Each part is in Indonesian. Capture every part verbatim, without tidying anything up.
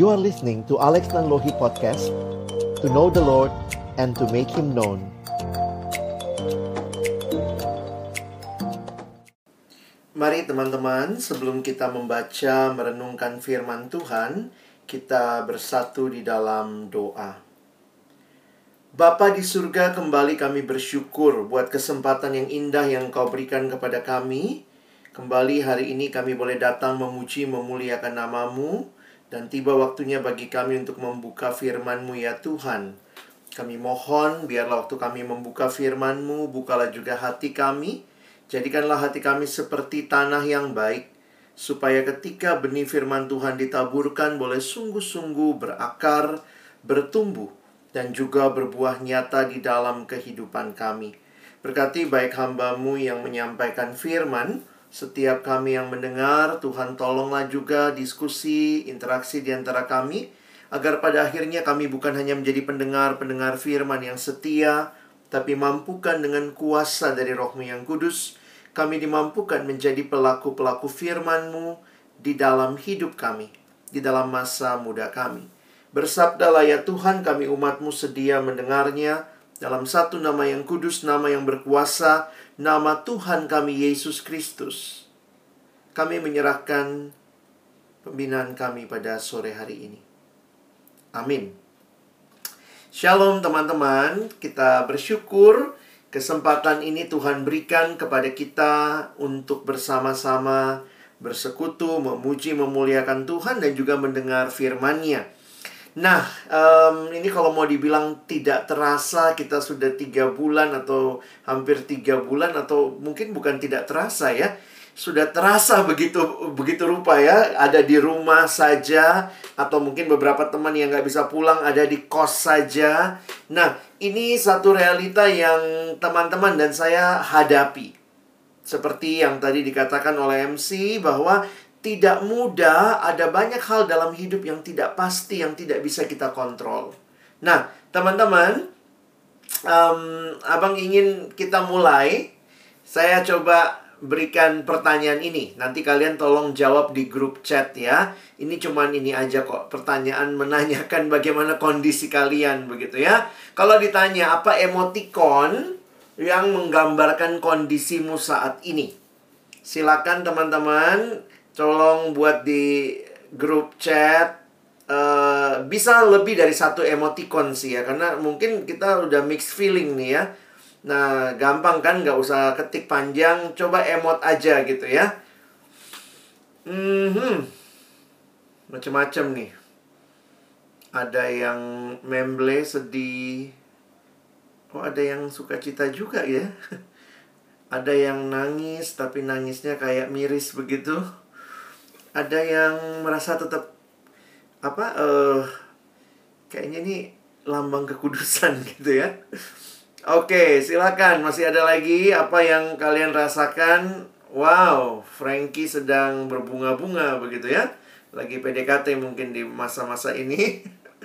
You are listening to Alex Nanlohi Podcast, to know the Lord and to make Him known. Mari teman-teman, sebelum kita membaca, merenungkan firman Tuhan, kita bersatu di dalam doa. Bapa di surga, kembali kami bersyukur buat kesempatan yang indah yang Kau berikan kepada kami. Kembali hari ini kami boleh datang memuji, memuliakan nama-Mu. Dan tiba waktunya bagi kami untuk membuka firman-Mu ya Tuhan. Kami mohon biarlah waktu kami membuka firman-Mu, bukalah juga hati kami. Jadikanlah hati kami seperti tanah yang baik, supaya ketika benih firman Tuhan ditaburkan boleh sungguh-sungguh berakar, bertumbuh, dan juga berbuah nyata di dalam kehidupan kami. Berkati baik hamba-Mu yang menyampaikan firman, setiap kami yang mendengar, Tuhan tolonglah juga diskusi, interaksi di antara kami, agar pada akhirnya kami bukan hanya menjadi pendengar-pendengar firman yang setia, tapi mampukan dengan kuasa dari Roh-Mu yang kudus, kami dimampukan menjadi pelaku-pelaku firman-Mu di dalam hidup kami, di dalam masa muda kami. Bersabdalah ya Tuhan, kami umat-Mu sedia mendengarnya, dalam satu nama yang kudus, nama yang berkuasa, nama Tuhan kami Yesus Kristus. Kami menyerahkan pembinaan kami pada sore hari ini. Amin. Shalom teman-teman, kita bersyukur kesempatan ini Tuhan berikan kepada kita untuk bersama-sama bersekutu, memuji, memuliakan Tuhan dan juga mendengar firman-Nya. Nah, um, ini kalau mau dibilang tidak terasa, kita sudah tiga bulan atau hampir tiga bulan atau mungkin bukan tidak terasa ya. Sudah terasa begitu begitu rupa ya, ada di rumah saja, atau mungkin beberapa teman yang nggak bisa pulang ada di kos saja. Nah, ini satu realita yang teman-teman dan saya hadapi. Seperti yang tadi dikatakan oleh M C bahwa tidak mudah, ada banyak hal dalam hidup yang tidak pasti, yang tidak bisa kita kontrol. Nah, teman-teman, um, Abang ingin kita mulai. Saya coba berikan pertanyaan ini. Nanti kalian tolong jawab di grup chat ya. Ini cuman ini aja kok, pertanyaan menanyakan bagaimana kondisi kalian, begitu ya. Kalau ditanya apa emoticon yang menggambarkan kondisimu saat ini, silakan teman-teman tolong buat di grup chat. uh, Bisa lebih dari satu emoticon sih ya, karena mungkin kita udah mixed feeling nih ya. Nah, gampang kan, nggak usah ketik panjang, coba emot aja gitu ya. Hmm, macem-macem nih. Ada yang memble, sedih. Oh, ada yang sukacita juga ya. Ada yang nangis, tapi nangisnya kayak miris begitu. Ada yang merasa tetap apa uh, kayaknya ini lambang kekudusan gitu ya. Oke, silakan. Masih ada lagi apa yang kalian rasakan? Wow, Frankie sedang berbunga-bunga begitu ya. Lagi P D K T mungkin di masa-masa ini.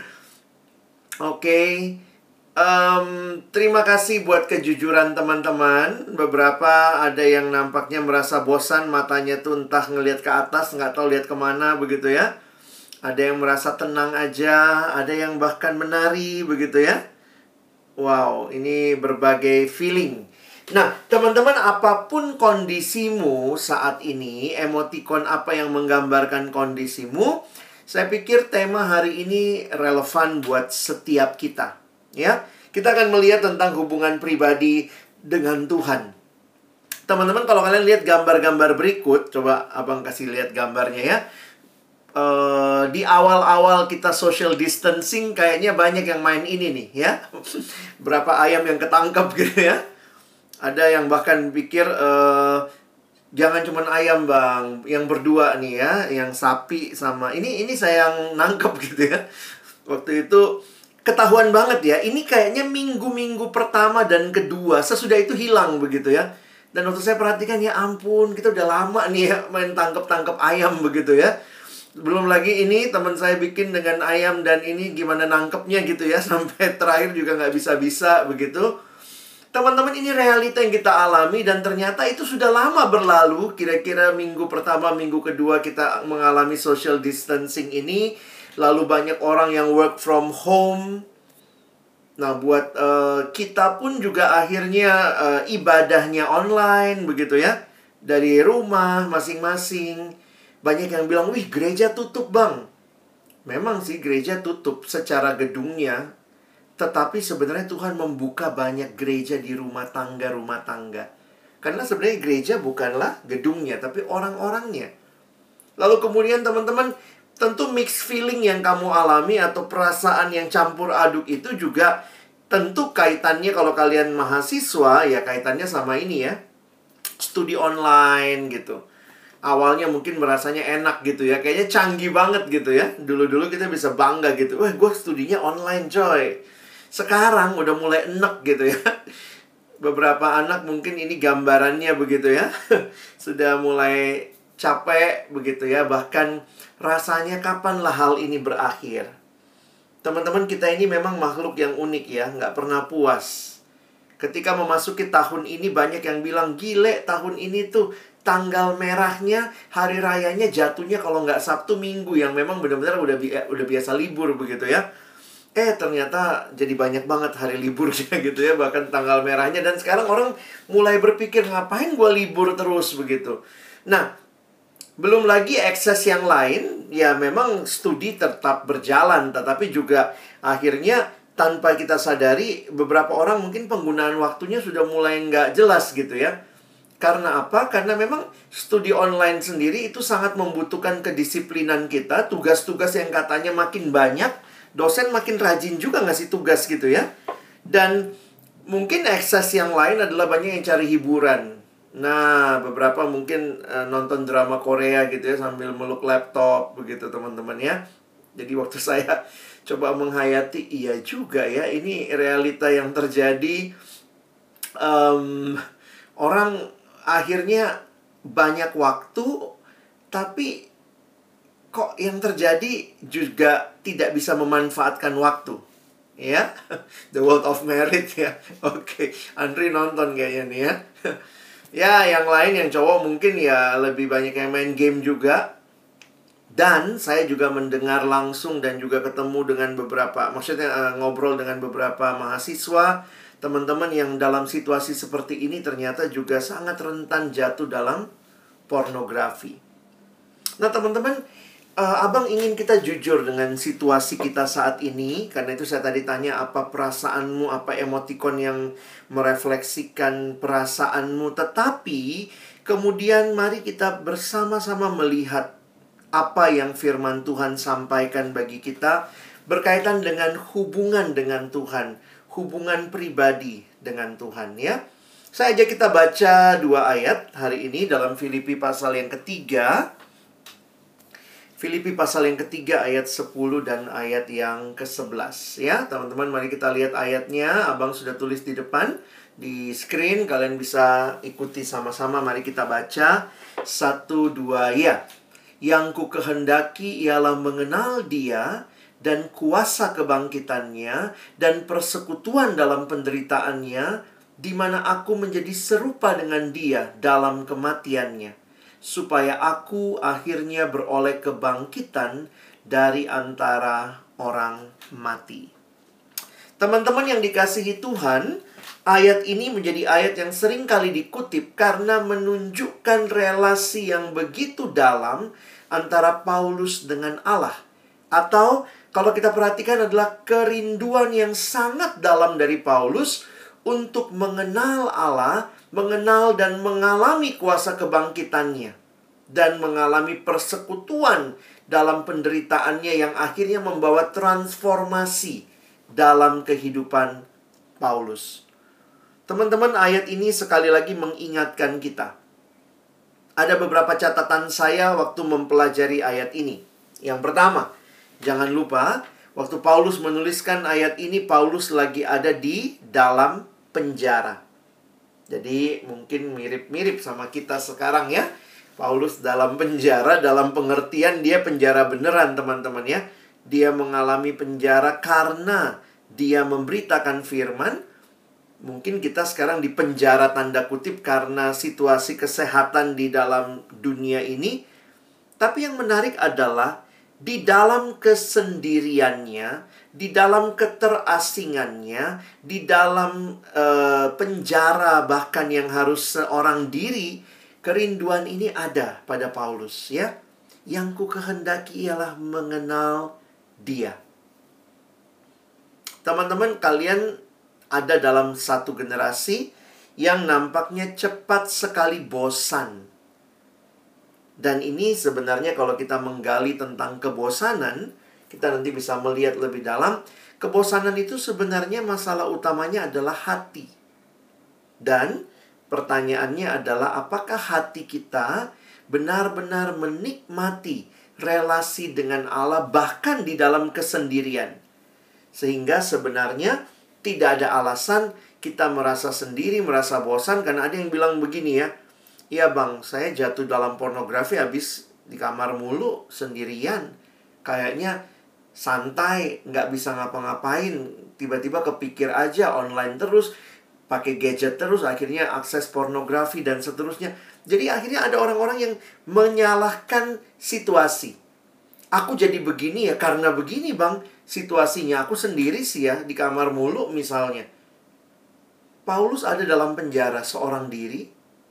Oke. Um, terima kasih buat kejujuran teman-teman. Beberapa ada yang nampaknya merasa bosan, matanya tuh entah ngelihat ke atas, nggak tahu lihat kemana begitu ya. Ada yang merasa tenang aja, ada yang bahkan menari begitu ya. Wow, ini berbagai feeling. Nah, teman-teman, apapun kondisimu saat ini, emoticon apa yang menggambarkan kondisimu, saya pikir tema hari ini relevan buat setiap kita. Ya, kita akan melihat tentang hubungan pribadi dengan Tuhan. Teman-teman, kalau kalian lihat gambar-gambar berikut, coba abang kasih lihat gambarnya ya. Uh, di awal-awal kita social distancing, kayaknya banyak yang main ini nih ya. Berapa ayam yang ketangkep gitu ya. Ada yang bahkan pikir uh, jangan cuma ayam bang, yang berdua nih ya, yang sapi sama ini ini saya yang nangkep gitu ya. Waktu itu ketahuan banget ya, ini kayaknya minggu-minggu pertama dan kedua, sesudah itu hilang begitu ya. Dan waktu saya perhatikan, ya ampun, kita udah lama nih ya main tangkep-tangkep ayam begitu ya. Belum lagi ini teman saya bikin dengan ayam dan ini gimana nangkepnya gitu ya. Sampai terakhir juga nggak bisa-bisa begitu. Teman-teman, ini realita yang kita alami dan ternyata itu sudah lama berlalu. Kira-kira minggu pertama, minggu kedua kita mengalami social distancing ini. lalu banyak orang yang work from home. Nah, buat uh, kita pun juga akhirnya uh, ibadahnya online begitu ya. Dari rumah masing-masing. Banyak yang bilang, "Wih, gereja tutup, Bang." Memang sih gereja tutup secara gedungnya. Tetapi sebenarnya Tuhan membuka banyak gereja di rumah tangga-rumah tangga. Karena sebenarnya gereja bukanlah gedungnya, tapi orang-orangnya. Lalu kemudian teman-teman, tentu mixed feeling yang kamu alami atau perasaan yang campur aduk itu juga tentu kaitannya kalau kalian mahasiswa, ya kaitannya sama ini ya. Studi online gitu. Awalnya mungkin merasanya enak gitu ya. Kayaknya canggih banget gitu ya. Dulu-dulu kita bisa bangga gitu. Wah, gue studinya online coy. Sekarang udah mulai enek gitu ya. Beberapa anak mungkin ini gambarannya begitu ya. Sudah mulai capek begitu ya. Bahkan rasanya kapanlah hal ini berakhir. Teman-teman, kita ini memang makhluk yang unik ya. Nggak pernah puas. Ketika memasuki tahun ini banyak yang bilang, "Gile, tahun ini tuh tanggal merahnya, hari rayanya jatuhnya kalau nggak Sabtu Minggu." Yang memang benar-benar udah, bi udah biasa libur begitu ya. Eh ternyata jadi banyak banget hari liburnya gitu ya. Bahkan tanggal merahnya. Dan sekarang orang mulai berpikir, ngapain gue libur terus begitu. Nah, belum lagi ekses yang lain. Ya memang studi tetap berjalan. Tetapi juga akhirnya tanpa kita sadari, beberapa orang mungkin penggunaan waktunya sudah mulai nggak jelas gitu ya. Karena apa? Karena memang studi online sendiri itu sangat membutuhkan kedisiplinan kita. Tugas-tugas yang katanya makin banyak, dosen makin rajin juga ngasih tugas gitu ya. Dan mungkin akses yang lain adalah banyak yang cari hiburan. Nah, beberapa mungkin uh, nonton drama Korea gitu ya sambil meluk laptop begitu teman-teman ya. Jadi waktu saya coba menghayati, iya juga ya, ini realita yang terjadi. Um, orang akhirnya banyak waktu, tapi kok yang terjadi juga tidak bisa memanfaatkan waktu. Ya, The World of Merit ya. Oke, Andri nonton kayaknya nih ya. Ya, yang lain yang cowok mungkin ya lebih banyak yang main game juga. Dan saya juga mendengar langsung dan juga ketemu dengan beberapa, maksudnya uh, ngobrol dengan beberapa mahasiswa, teman-teman yang dalam situasi seperti ini ternyata juga sangat rentan jatuh dalam pornografi. Nah teman-teman, uh, abang ingin kita jujur dengan situasi kita saat ini. Karena itu saya tadi tanya apa perasaanmu, apa emotikon yang merefleksikan perasaanmu. Tetapi kemudian mari kita bersama-sama melihat apa yang firman Tuhan sampaikan bagi kita berkaitan dengan hubungan dengan Tuhan, hubungan pribadi dengan Tuhan ya. Saya ajak kita baca dua ayat hari ini dalam Filipi pasal yang ketiga. Filipi pasal yang ketiga ayat sepuluh dan ayat yang kesebelas ya. Teman-teman, mari kita lihat ayatnya. Abang sudah tulis di depan di screen, kalian bisa ikuti sama-sama. Mari kita baca satu dua ya. Yang ku kehendaki ialah mengenal Dia dan kuasa kebangkitannya dan persekutuan dalam penderitaannya, di mana aku menjadi serupa dengan Dia dalam kematiannya, supaya aku akhirnya beroleh kebangkitan dari antara orang mati. Teman-teman yang dikasihi Tuhan, ayat ini menjadi ayat yang sering kali dikutip karena menunjukkan relasi yang begitu dalam antara Paulus dengan Allah. Atau kalau kita perhatikan adalah kerinduan yang sangat dalam dari Paulus untuk mengenal Allah, mengenal dan mengalami kuasa kebangkitannya, dan mengalami persekutuan dalam penderitaannya yang akhirnya membawa transformasi dalam kehidupan Paulus. Teman-teman, ayat ini sekali lagi mengingatkan kita. Ada beberapa catatan saya waktu mempelajari ayat ini. Yang pertama, jangan lupa, waktu Paulus menuliskan ayat ini, Paulus lagi ada di dalam penjara. Jadi mungkin mirip-mirip sama kita sekarang ya. Paulus dalam penjara, dalam pengertian dia penjara beneran teman-teman ya. Dia mengalami penjara karena dia memberitakan firman. Mungkin kita sekarang di penjara tanda kutip karena situasi kesehatan di dalam dunia ini. Tapi yang menarik adalah di dalam kesendiriannya, di dalam keterasingannya, di dalam uh, penjara bahkan yang harus seorang diri, kerinduan ini ada pada Paulus, ya. Yang ku kehendaki ialah mengenal Dia. Teman-teman, kalian ada dalam satu generasi yang nampaknya cepat sekali bosan. Dan ini sebenarnya kalau kita menggali tentang kebosanan, kita nanti bisa melihat lebih dalam. Kebosanan itu sebenarnya masalah utamanya adalah hati. Dan pertanyaannya adalah apakah hati kita benar-benar menikmati relasi dengan Allah bahkan di dalam kesendirian. Sehingga sebenarnya tidak ada alasan kita merasa sendiri, merasa bosan. Karena ada yang bilang begini ya, "Iya bang, saya jatuh dalam pornografi habis di kamar mulu sendirian. Kayaknya santai, nggak bisa ngapa-ngapain. Tiba-tiba kepikir aja online terus, pakai gadget terus, akhirnya akses pornografi dan seterusnya." Jadi akhirnya ada orang-orang yang menyalahkan situasi. Aku jadi begini ya karena begini bang, situasinya aku sendiri sih ya, di kamar mulu misalnya. Paulus ada dalam penjara seorang diri,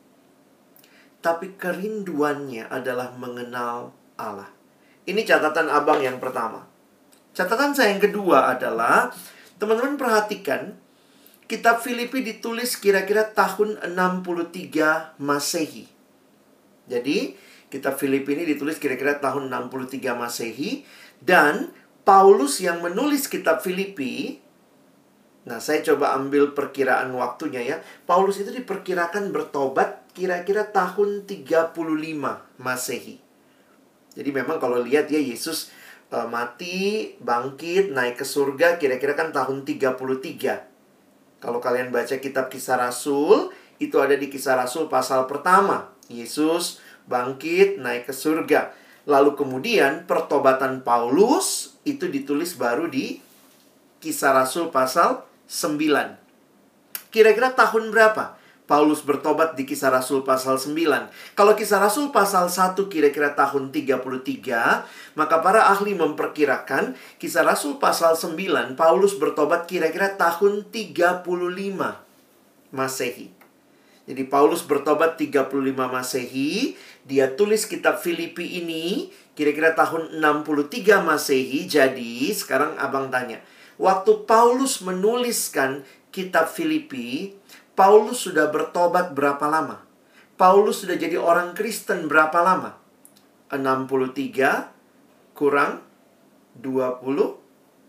tapi kerinduannya adalah mengenal Allah. Ini catatan abang yang pertama. Catatan saya yang kedua adalah, teman-teman perhatikan, kitab Filipi ditulis kira-kira tahun enam puluh tiga Masehi. Jadi, kitab Filipi ini ditulis kira-kira tahun enam puluh tiga Masehi. Dan Paulus yang menulis kitab Filipi, nah saya coba ambil perkiraan waktunya ya. Paulus itu diperkirakan bertobat kira-kira tahun tiga puluh lima Masehi. Jadi memang kalau lihat ya, Yesus uh, mati, bangkit, naik ke surga kira-kira kan tahun tiga puluh tiga. Kalau kalian baca kitab Kisah Rasul, itu ada di Kisah Rasul pasal pertama. Yesus bangkit, naik ke surga. Lalu kemudian pertobatan Paulus itu ditulis baru di Kisah Rasul pasal sembilan. Kira-kira tahun berapa Paulus bertobat di Kisah Rasul pasal sembilan? Kalau Kisah Rasul pasal satu kira-kira tahun tiga puluh tiga, maka para ahli memperkirakan Kisah Rasul pasal sembilan, Paulus bertobat kira-kira tahun tiga puluh lima Masehi. Jadi Paulus bertobat tiga puluh lima Masehi, dia tulis kitab Filipi ini kira-kira tahun enam puluh tiga Masehi. Jadi sekarang abang tanya, waktu Paulus menuliskan kitab Filipi, Paulus sudah bertobat berapa lama? Paulus sudah jadi orang Kristen berapa lama? enam puluh tiga kurang dua puluh,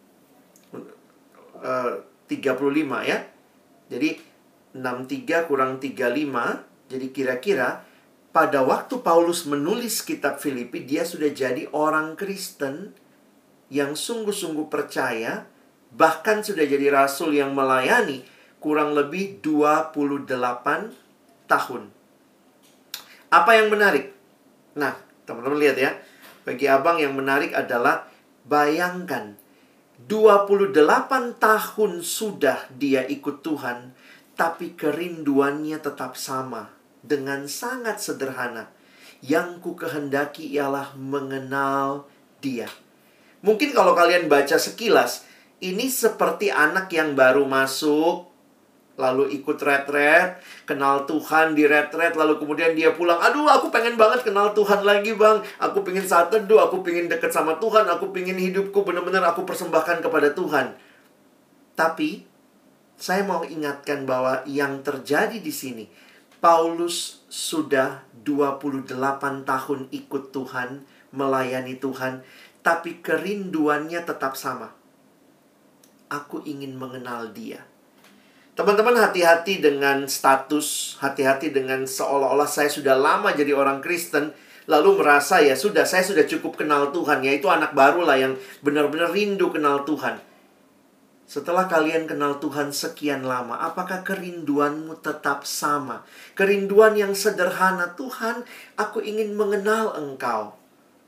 uh, tiga puluh lima ya. Jadi enam puluh tiga kurang tiga puluh lima. Jadi kira-kira pada waktu Paulus menulis kitab Filipi, dia sudah jadi orang Kristen yang sungguh-sungguh percaya, bahkan sudah jadi rasul yang melayani kurang lebih dua puluh delapan tahun. Apa yang menarik? Nah, teman-teman lihat ya. Bagi abang yang menarik adalah, bayangkan, dua puluh delapan tahun sudah dia ikut Tuhan, tapi kerinduannya tetap sama. Dengan sangat sederhana. Yang ku kehendaki ialah mengenal Dia. Mungkin kalau kalian baca sekilas, ini seperti anak yang baru masuk, lalu ikut retret, kenal Tuhan di retret, lalu kemudian dia pulang. Aduh, aku pengen banget kenal Tuhan lagi bang. Aku pengen saat teduh, aku pengen deket sama Tuhan. Aku pengen hidupku benar-benar aku persembahkan kepada Tuhan. Tapi, saya mau ingatkan bahwa yang terjadi di sini, Paulus sudah dua puluh delapan tahun ikut Tuhan, melayani Tuhan, tapi kerinduannya tetap sama. Aku ingin mengenal Dia. Teman-teman, hati-hati dengan status, hati-hati dengan seolah-olah saya sudah lama jadi orang Kristen, lalu merasa ya sudah, saya sudah cukup kenal Tuhan. Ya itu anak baru lah yang benar-benar rindu kenal Tuhan. Setelah kalian kenal Tuhan sekian lama, apakah kerinduanmu tetap sama? Kerinduan yang sederhana, Tuhan, aku ingin mengenal Engkau.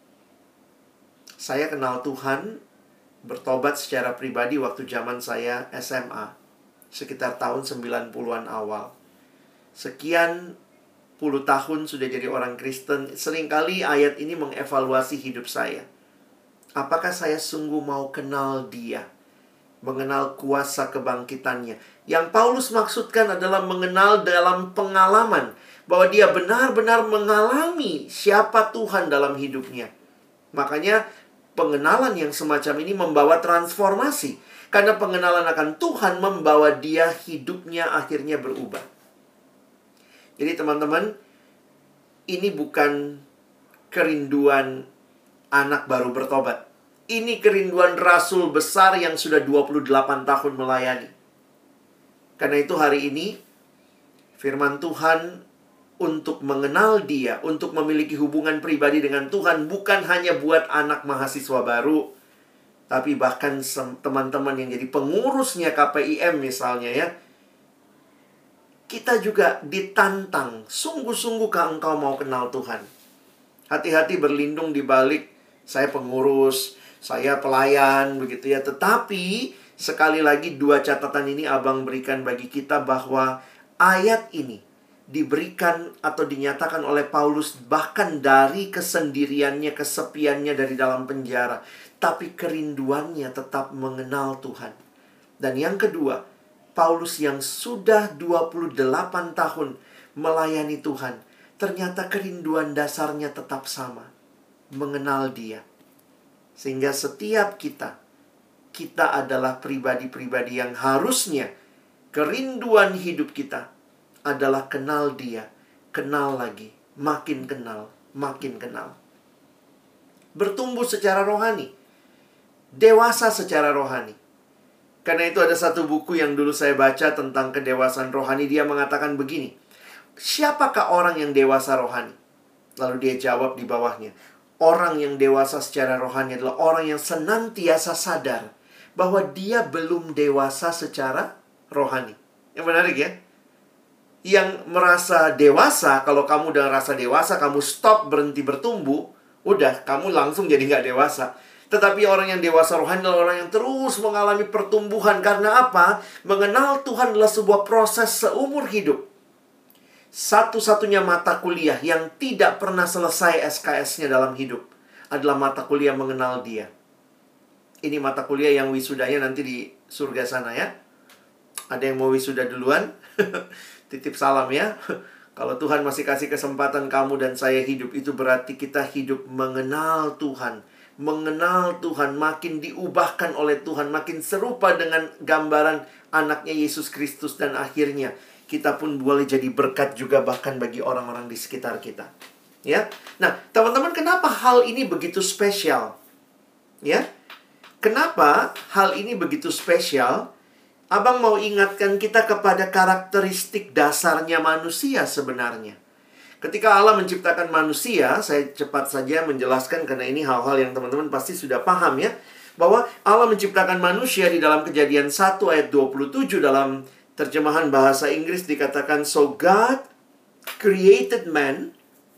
Saya kenal Tuhan, bertobat secara pribadi waktu zaman saya S M A. Sekitar tahun sembilan puluhan awal. Sekian puluh tahun sudah jadi orang Kristen. Seringkali ayat ini mengevaluasi hidup saya. Apakah saya sungguh mau kenal Dia? Mengenal kuasa kebangkitannya. Yang Paulus maksudkan adalah mengenal dalam pengalaman. Bahwa dia benar-benar mengalami siapa Tuhan dalam hidupnya. Makanya pengenalan yang semacam ini membawa transformasi. Karena pengenalan akan Tuhan membawa dia hidupnya akhirnya berubah. Jadi teman-teman, ini bukan kerinduan anak baru bertobat. Ini kerinduan rasul besar yang sudah dua puluh delapan tahun melayani. Karena itu hari ini firman Tuhan untuk mengenal Dia, untuk memiliki hubungan pribadi dengan Tuhan, bukan hanya buat anak mahasiswa baru, tapi bahkan teman-teman yang jadi pengurusnya K P I M misalnya ya. Kita juga ditantang, sungguh-sungguhkah engkau mau kenal Tuhan? Hati-hati berlindung di balik saya pengurus, saya pelayan, begitu ya. Tetapi sekali lagi dua catatan ini abang berikan bagi kita bahwa ayat ini diberikan atau dinyatakan oleh Paulus bahkan dari kesendiriannya, kesepiannya dari dalam penjara. Tapi kerinduannya tetap mengenal Tuhan. Dan yang kedua, Paulus yang sudah dua puluh delapan tahun melayani Tuhan, ternyata kerinduan dasarnya tetap sama. Mengenal Dia. Sehingga setiap kita, kita adalah pribadi-pribadi yang harusnya kerinduan hidup kita adalah kenal Dia, kenal lagi, makin kenal, makin kenal. Bertumbuh secara rohani, dewasa secara rohani. Karena itu ada satu buku yang dulu saya baca tentang kedewasaan rohani. Dia mengatakan begini, siapakah orang yang dewasa rohani? Lalu dia jawab di bawahnya, orang yang dewasa secara rohani adalah orang yang senantiasa sadar bahwa dia belum dewasa secara rohani. Yang menarik ya. Yang merasa dewasa, kalau kamu udah merasa dewasa, kamu stop, berhenti bertumbuh, udah, kamu langsung jadi nggak dewasa. Tetapi orang yang dewasa rohani adalah orang yang terus mengalami pertumbuhan. Karena apa? Mengenal Tuhan adalah sebuah proses seumur hidup. Satu-satunya mata kuliah yang tidak pernah selesai S K S-nya dalam hidup adalah mata kuliah mengenal Dia. Ini mata kuliah yang wisudanya nanti di surga sana ya. Ada yang mau wisuda duluan? Titip salam ya. Kalau Tuhan masih kasih kesempatan kamu dan saya hidup, itu berarti kita hidup mengenal Tuhan. Mengenal Tuhan, makin diubahkan oleh Tuhan, makin serupa dengan gambaran anaknya Yesus Kristus. Dan akhirnya kita pun boleh jadi berkat juga bahkan bagi orang-orang di sekitar kita. Ya. Nah, teman-teman, kenapa hal ini begitu spesial? Ya. Kenapa hal ini begitu spesial? Abang mau ingatkan kita kepada karakteristik dasarnya manusia sebenarnya. Ketika Allah menciptakan manusia, saya cepat saja menjelaskan karena ini hal-hal yang teman-teman pasti sudah paham ya. Bahwa Allah menciptakan manusia di dalam Kejadian satu ayat dua puluh tujuh dalam terjemahan bahasa Inggris dikatakan, so God created man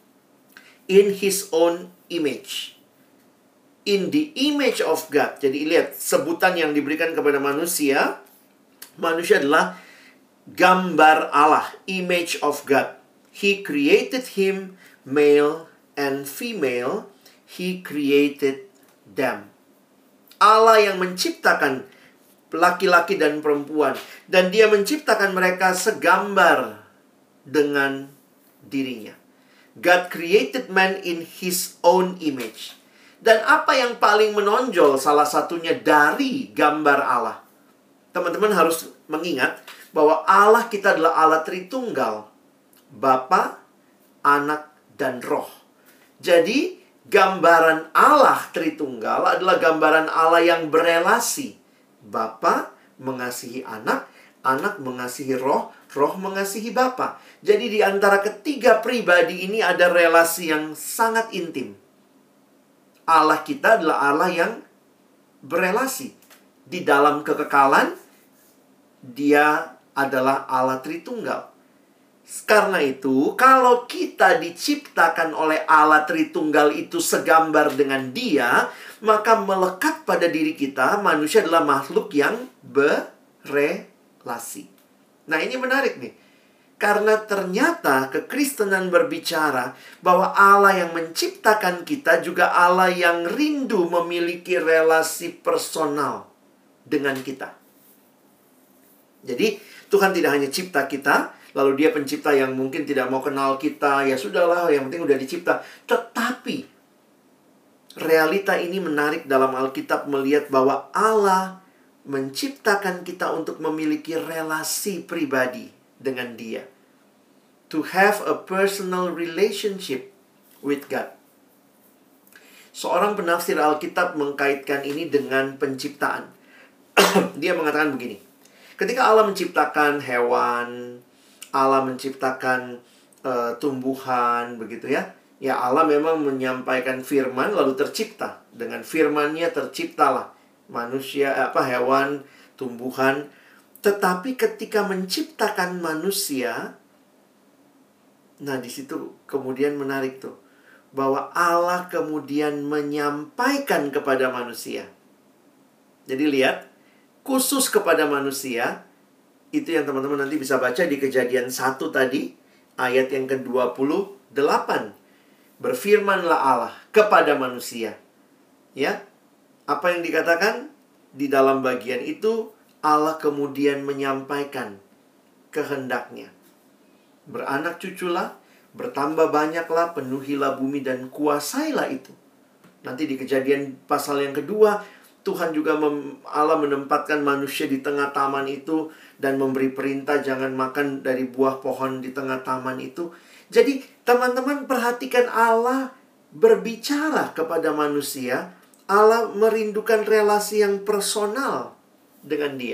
in His own image. In the image of God. Jadi lihat, sebutan yang diberikan kepada manusia, manusia adalah gambar Allah, image of God. He created him, male and female. He created them. Allah yang menciptakan laki-laki dan perempuan. Dan Dia menciptakan mereka segambar dengan dirinya. God created man in His own image. Dan apa yang paling menonjol salah satunya dari gambar Allah? Teman-teman harus mengingat bahwa Allah kita adalah Allah Tritunggal. Bapa, Anak, dan Roh. Jadi, gambaran Allah Tritunggal adalah gambaran Allah yang berelasi. Bapa mengasihi Anak, Anak mengasihi Roh, Roh mengasihi Bapa. Jadi, di antara ketiga pribadi ini ada relasi yang sangat intim. Allah kita adalah Allah yang berelasi. Di dalam kekekalan, Dia adalah Allah Tritunggal. Karena itu, kalau kita diciptakan oleh Allah Tritunggal itu segambar dengan Dia, maka melekat pada diri kita, manusia adalah makhluk yang berelasi. Nah, ini menarik nih. Karena ternyata kekristenan berbicara bahwa Allah yang menciptakan kita juga Allah yang rindu memiliki relasi personal dengan kita. Jadi Tuhan tidak hanya cipta kita, lalu dia pencipta yang mungkin tidak mau kenal kita, ya sudahlah, yang penting udah dicipta. Tetapi realita ini menarik dalam Alkitab melihat bahwa Allah menciptakan kita untuk memiliki relasi pribadi dengan Dia. To have a personal relationship with God. Seorang penafsir Alkitab mengkaitkan ini dengan penciptaan. Dia mengatakan begini. Ketika Allah menciptakan hewan, Allah menciptakan uh, tumbuhan, begitu ya. Ya Allah memang menyampaikan firman lalu tercipta. Dengan firman-Nya terciptalah manusia, apa hewan, tumbuhan. Tetapi ketika menciptakan manusia, nah di situ kemudian menarik tuh, bahwa Allah kemudian menyampaikan kepada manusia. Jadi lihat, khusus kepada manusia, itu yang teman-teman nanti bisa baca di Kejadian satu tadi, ayat yang ke dua puluh delapan. Berfirmanlah Allah kepada manusia. Ya, apa yang dikatakan? Di dalam bagian itu, Allah kemudian menyampaikan kehendaknya. Beranak cuculah, bertambah banyaklah, penuhilah bumi dan kuasailah itu. Nanti di Kejadian pasal yang kedua, Tuhan juga mem, Allah menempatkan manusia di tengah taman itu dan memberi perintah jangan makan dari buah pohon di tengah taman itu. Jadi teman-teman perhatikan, Allah berbicara kepada manusia. Allah merindukan relasi yang personal dengan dia.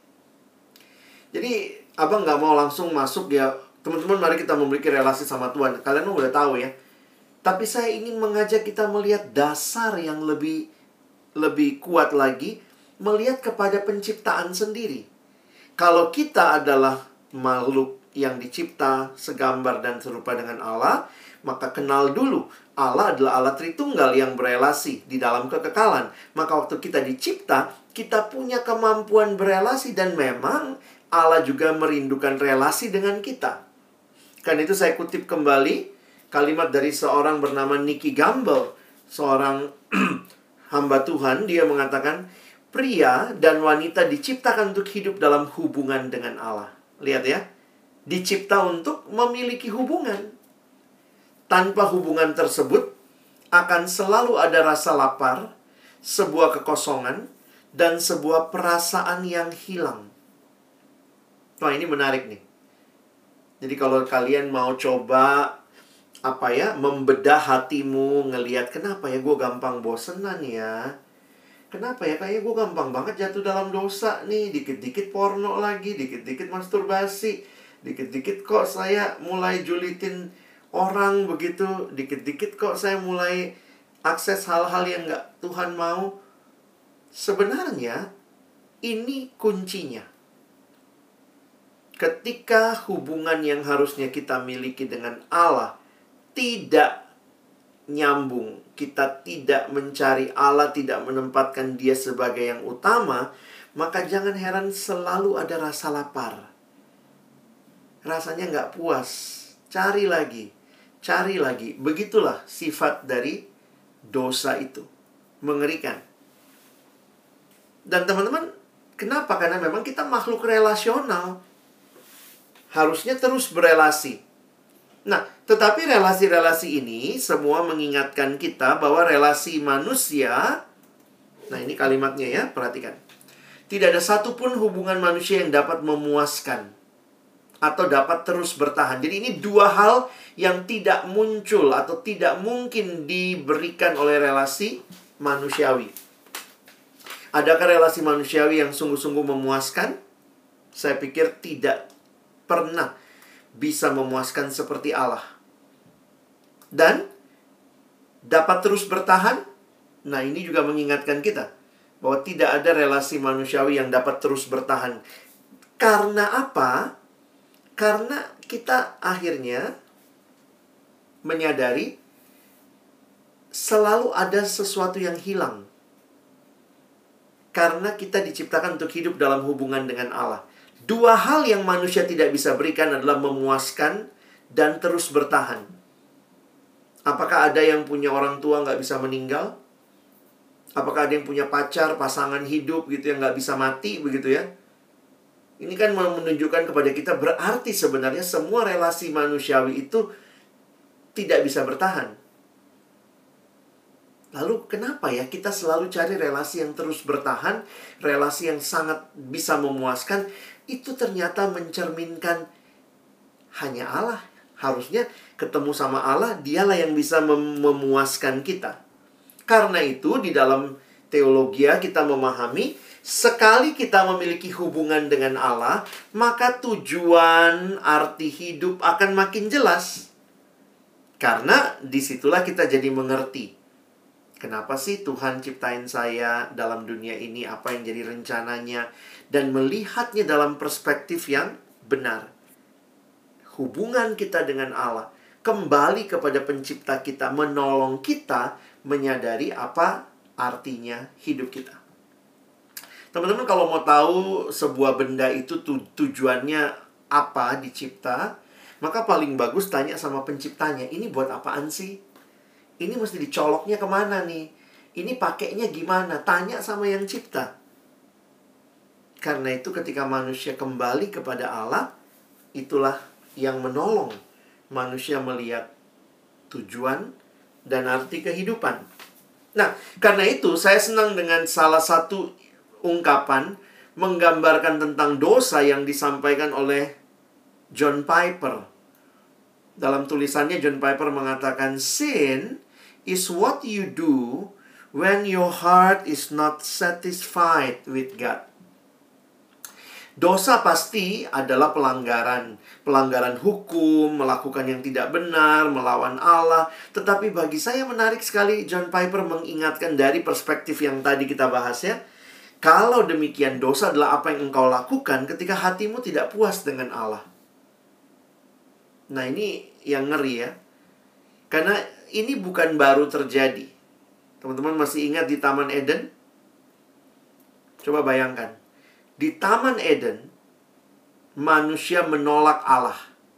Jadi abang gak mau langsung masuk ya, teman-teman mari kita memiliki relasi sama Tuhan. Kalian udah tahu ya. Tapi saya ingin mengajak kita melihat dasar yang lebih lebih kuat lagi, melihat kepada penciptaan sendiri. Kalau kita adalah makhluk yang dicipta segambar dan serupa dengan Allah, maka kenal dulu Allah adalah Allah Tritunggal yang berelasi di dalam kekekalan. Maka waktu kita dicipta, kita punya kemampuan berelasi, dan memang Allah juga merindukan relasi dengan kita. Karena itu saya kutip kembali kalimat dari seorang bernama Nicky Gamble, seorang hamba Tuhan. Dia mengatakan, pria dan wanita diciptakan untuk hidup dalam hubungan dengan Allah. Lihat ya, dicipta untuk memiliki hubungan. Tanpa hubungan tersebut, akan selalu ada rasa lapar, sebuah kekosongan, dan sebuah perasaan yang hilang. Wah, ini menarik nih. Jadi kalau kalian mau coba apa ya, membedah hatimu, ngelihat kenapa ya gue gampang bosenan ya, kenapa ya kayaknya gue gampang banget jatuh dalam dosa nih, dikit-dikit porno lagi, dikit-dikit masturbasi, dikit-dikit kok saya mulai julitin orang begitu, dikit-dikit kok saya mulai akses hal-hal yang gak Tuhan mau. Sebenarnya ini kuncinya. Ketika hubungan yang harusnya kita miliki dengan Allah tidak nyambung, kita tidak mencari Allah, tidak menempatkan Dia sebagai yang utama, maka jangan heran selalu ada rasa lapar. Rasanya nggak puas, cari lagi, cari lagi. Begitulah sifat dari dosa itu. Mengerikan. Dan teman-teman, kenapa? Karena memang kita makhluk relasional. Harusnya terus berelasi. Nah, tetapi relasi-relasi ini semua mengingatkan kita bahwa relasi manusia, nah ini kalimatnya ya, perhatikan. Tidak ada satupun hubungan manusia yang dapat memuaskan atau dapat terus bertahan. Jadi ini dua hal yang tidak muncul atau tidak mungkin diberikan oleh relasi manusiawi. Adakah relasi manusiawi yang sungguh-sungguh memuaskan? Saya pikir tidak pernah bisa memuaskan seperti Allah. Dan dapat terus bertahan. Nah, ini juga mengingatkan kita bahwa tidak ada relasi manusiawi yang dapat terus bertahan. Karena apa? Karena kita akhirnya menyadari selalu ada sesuatu yang hilang. Karena kita diciptakan untuk hidup dalam hubungan dengan Allah. Dua hal yang manusia tidak bisa berikan adalah memuaskan dan terus bertahan. Apakah ada yang punya orang tua nggak bisa meninggal? Apakah ada yang punya pacar, pasangan hidup gitu yang nggak bisa mati begitu ya? Ini kan menunjukkan kepada kita berarti sebenarnya semua relasi manusiawi itu tidak bisa bertahan. Lalu kenapa ya kita selalu cari relasi yang terus bertahan, relasi yang sangat bisa memuaskan? Itu ternyata mencerminkan hanya Allah. Harusnya ketemu sama Allah, dialah yang bisa mem- memuaskan kita. Karena itu di dalam teologi kita memahami, sekali kita memiliki hubungan dengan Allah, maka tujuan, arti hidup akan makin jelas. Karena disitulah kita jadi mengerti. Kenapa sih Tuhan ciptain saya dalam dunia ini, apa yang jadi rencananya, dan melihatnya dalam perspektif yang benar. Hubungan kita dengan Allah kembali kepada pencipta kita, menolong kita menyadari apa artinya hidup kita. Teman-teman kalau mau tahu sebuah benda itu tu- tujuannya apa dicipta, maka paling bagus tanya sama penciptanya, ini buat apaan sih? Ini mesti dicoloknya kemana nih? Ini pakainya gimana? Tanya sama yang cipta. Karena itu ketika manusia kembali kepada Allah, itulah yang menolong manusia melihat tujuan dan arti kehidupan. Nah, karena itu saya senang dengan salah satu ungkapan menggambarkan tentang dosa yang disampaikan oleh John Piper. Dalam tulisannya John Piper mengatakan, sin is what you do when your heart is not satisfied with God. Dosa pasti adalah pelanggaran. Pelanggaran hukum, melakukan yang tidak benar, melawan Allah. Tetapi bagi saya menarik sekali John Piper mengingatkan dari perspektif yang tadi kita bahas ya. Kalau demikian, dosa adalah apa yang engkau lakukan ketika hatimu tidak puas dengan Allah. Nah ini yang ngeri ya. Karena ini bukan baru terjadi. Teman-teman masih ingat di Taman Eden? Coba bayangkan. Di Taman Eden, manusia menolak Allah.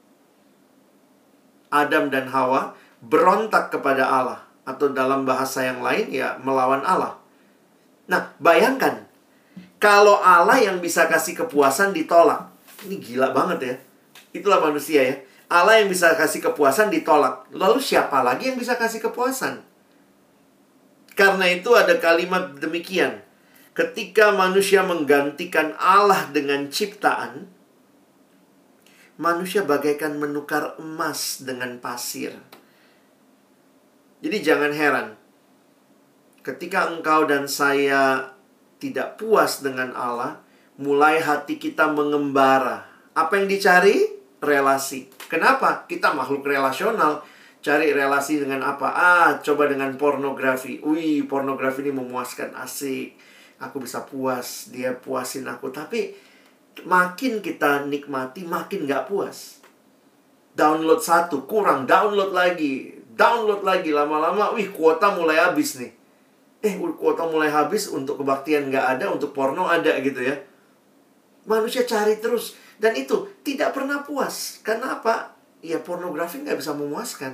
Adam dan Hawa berontak kepada Allah. Atau dalam bahasa yang lain, ya melawan Allah. Nah, bayangkan. Kalau Allah yang bisa kasih kepuasan ditolak. Ini gila banget ya. Itulah manusia ya. Allah yang bisa kasih kepuasan ditolak. Lalu siapa lagi yang bisa kasih kepuasan? Karena itu ada kalimat demikian. Ketika manusia menggantikan Allah dengan ciptaan, manusia bagaikan menukar emas dengan pasir. Jadi jangan heran. Ketika engkau dan saya tidak puas dengan Allah, mulai hati kita mengembara. Apa yang dicari? Relasi. Kenapa? Kita makhluk relasional. Cari relasi dengan apa? Ah, coba dengan pornografi. Wih, pornografi ini memuaskan, asik. Aku bisa puas, dia puasin aku. Tapi makin kita nikmati, makin gak puas. Download satu, kurang. Download lagi. Download lagi. Lama-lama, wih, kuota mulai habis nih. Eh, kuota mulai habis, untuk kebaktian gak ada, untuk porno ada gitu ya. Manusia cari terus. Dan itu tidak pernah puas. Karena apa? Ya pornografi gak bisa memuaskan.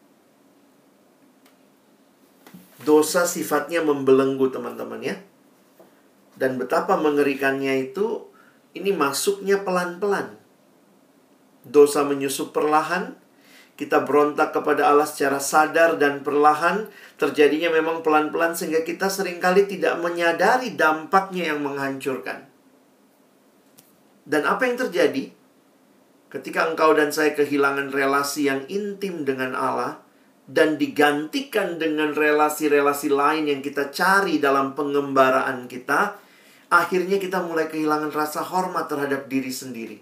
Dosa sifatnya membelenggu teman-teman ya. Dan betapa mengerikannya itu, ini masuknya pelan-pelan. Dosa menyusup perlahan. Kita berontak kepada Allah secara sadar dan perlahan. Terjadinya memang pelan-pelan sehingga kita seringkali tidak menyadari dampaknya yang menghancurkan. Dan apa yang terjadi? Ketika engkau dan saya kehilangan relasi yang intim dengan Allah dan digantikan dengan relasi-relasi lain yang kita cari dalam pengembaraan kita, akhirnya kita mulai kehilangan rasa hormat terhadap diri sendiri.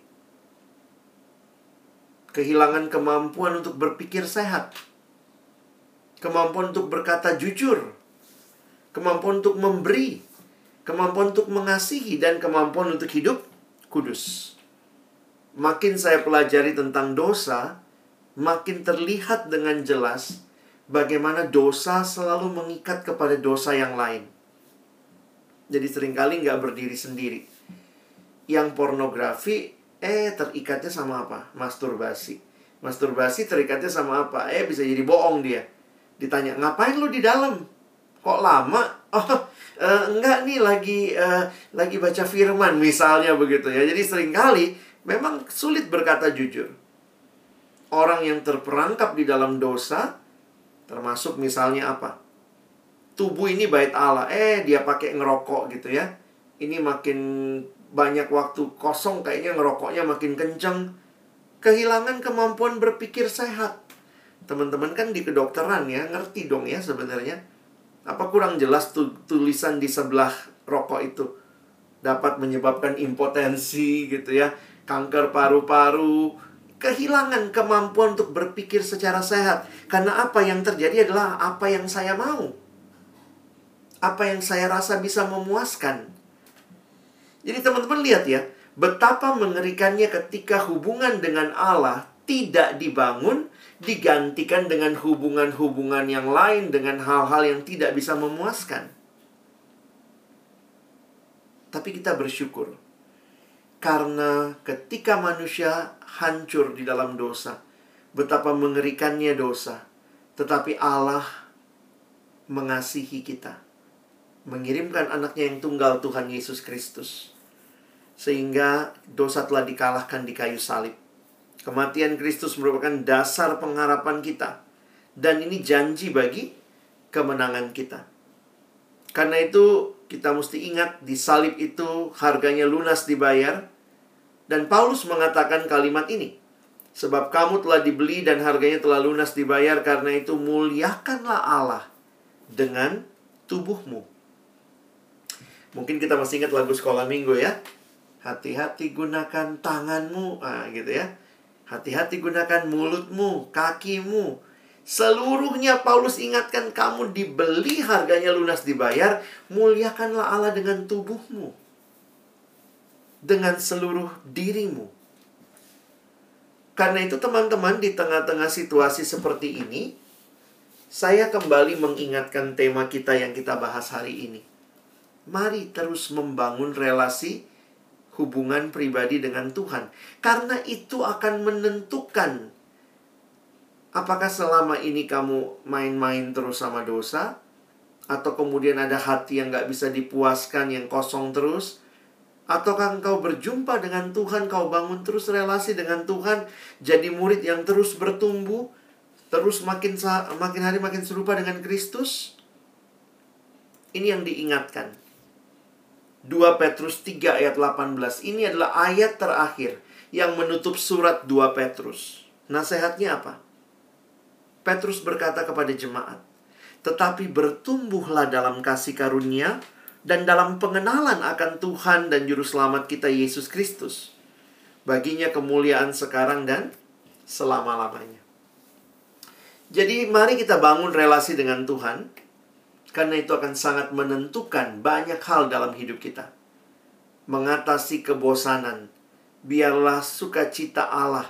Kehilangan kemampuan untuk berpikir sehat. Kemampuan untuk berkata jujur. Kemampuan untuk memberi. Kemampuan untuk mengasihi. Dan kemampuan untuk hidup kudus. Makin saya pelajari tentang dosa, makin terlihat dengan jelas bagaimana dosa selalu mengikat kepada dosa yang lain. Jadi seringkali nggak berdiri sendiri. yang pornografi, eh terikatnya sama apa? Masturbasi. Masturbasi terikatnya sama apa? Eh bisa jadi bohong dia. Ditanya, ngapain lu di dalam? Kok lama? Oh, uh, enggak nih lagi uh, lagi baca firman misalnya begitu ya. Jadi seringkali memang sulit berkata jujur. Orang yang terperangkap di dalam dosa, termasuk misalnya apa? Tubuh ini bait Allah. Eh dia pakai ngerokok gitu ya. Ini makin banyak waktu kosong, kayaknya ngerokoknya makin kenceng. Kehilangan kemampuan berpikir sehat. Teman-teman kan di kedokteran ya, ngerti dong ya sebenarnya. Apa kurang jelas tu tulisan di sebelah rokok itu? Dapat menyebabkan impotensi gitu ya, kanker paru-paru, kehilangan kemampuan untuk berpikir secara sehat. Karena apa yang terjadi adalah apa yang saya mau. Apa yang saya rasa bisa memuaskan. Jadi teman-teman lihat ya, betapa mengerikannya ketika hubungan dengan Allah tidak dibangun, digantikan dengan hubungan-hubungan yang lain, dengan hal-hal yang tidak bisa memuaskan. Tapi kita bersyukur. Karena ketika manusia hancur di dalam dosa, betapa mengerikannya dosa. Tetapi Allah mengasihi kita. Mengirimkan anaknya yang tunggal, Tuhan Yesus Kristus. Sehingga dosa telah dikalahkan di kayu salib. Kematian Kristus merupakan dasar pengharapan kita. Dan ini janji bagi kemenangan kita. Karena itu kita mesti ingat di salib itu harganya lunas dibayar. Dan Paulus mengatakan kalimat ini. Sebab kamu telah dibeli dan harganya telah lunas dibayar. Karena itu muliakanlah Allah dengan tubuhmu. Mungkin kita masih ingat lagu sekolah minggu ya. Hati-hati gunakan tanganmu. Nah gitu ya. Hati-hati gunakan mulutmu, kakimu. Seluruhnya Paulus ingatkan kamu dibeli, harganya lunas dibayar. Muliakanlah Allah dengan tubuhmu. Dengan seluruh dirimu. Karena itu teman-teman, di tengah-tengah situasi seperti ini, saya kembali mengingatkan tema kita yang kita bahas hari ini. Mari terus membangun relasi hubungan pribadi dengan Tuhan. Karena itu akan menentukan apakah selama ini kamu main-main terus sama dosa, atau kemudian ada hati yang gak bisa dipuaskan, yang kosong terus, ataukah engkau berjumpa dengan Tuhan, kau bangun terus relasi dengan Tuhan, jadi murid yang terus bertumbuh, terus makin makin hari makin serupa dengan Kristus. Ini yang diingatkan. dua Petrus tiga ayat delapan belas. Ini adalah ayat terakhir yang menutup surat dua Petrus. Nasihatnya apa? Petrus berkata kepada jemaat, tetapi bertumbuhlah dalam kasih karunia dan dalam pengenalan akan Tuhan dan Juru Selamat kita Yesus Kristus. Baginya kemuliaan sekarang dan selama-lamanya. Jadi mari kita bangun relasi dengan Tuhan. Karena itu akan sangat menentukan banyak hal dalam hidup kita. Mengatasi kebosanan. Biarlah sukacita Allah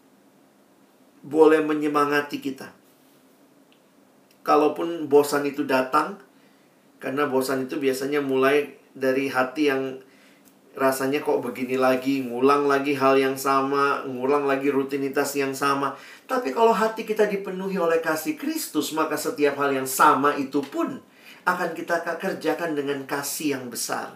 boleh menyemangati kita. Kalaupun bosan itu datang, karena bosan itu biasanya mulai dari hati yang rasanya kok begini lagi, ngulang lagi hal yang sama, ngulang lagi rutinitas yang sama. Tapi kalau hati kita dipenuhi oleh kasih Kristus, maka setiap hal yang sama itu pun akan kita kerjakan dengan kasih yang besar.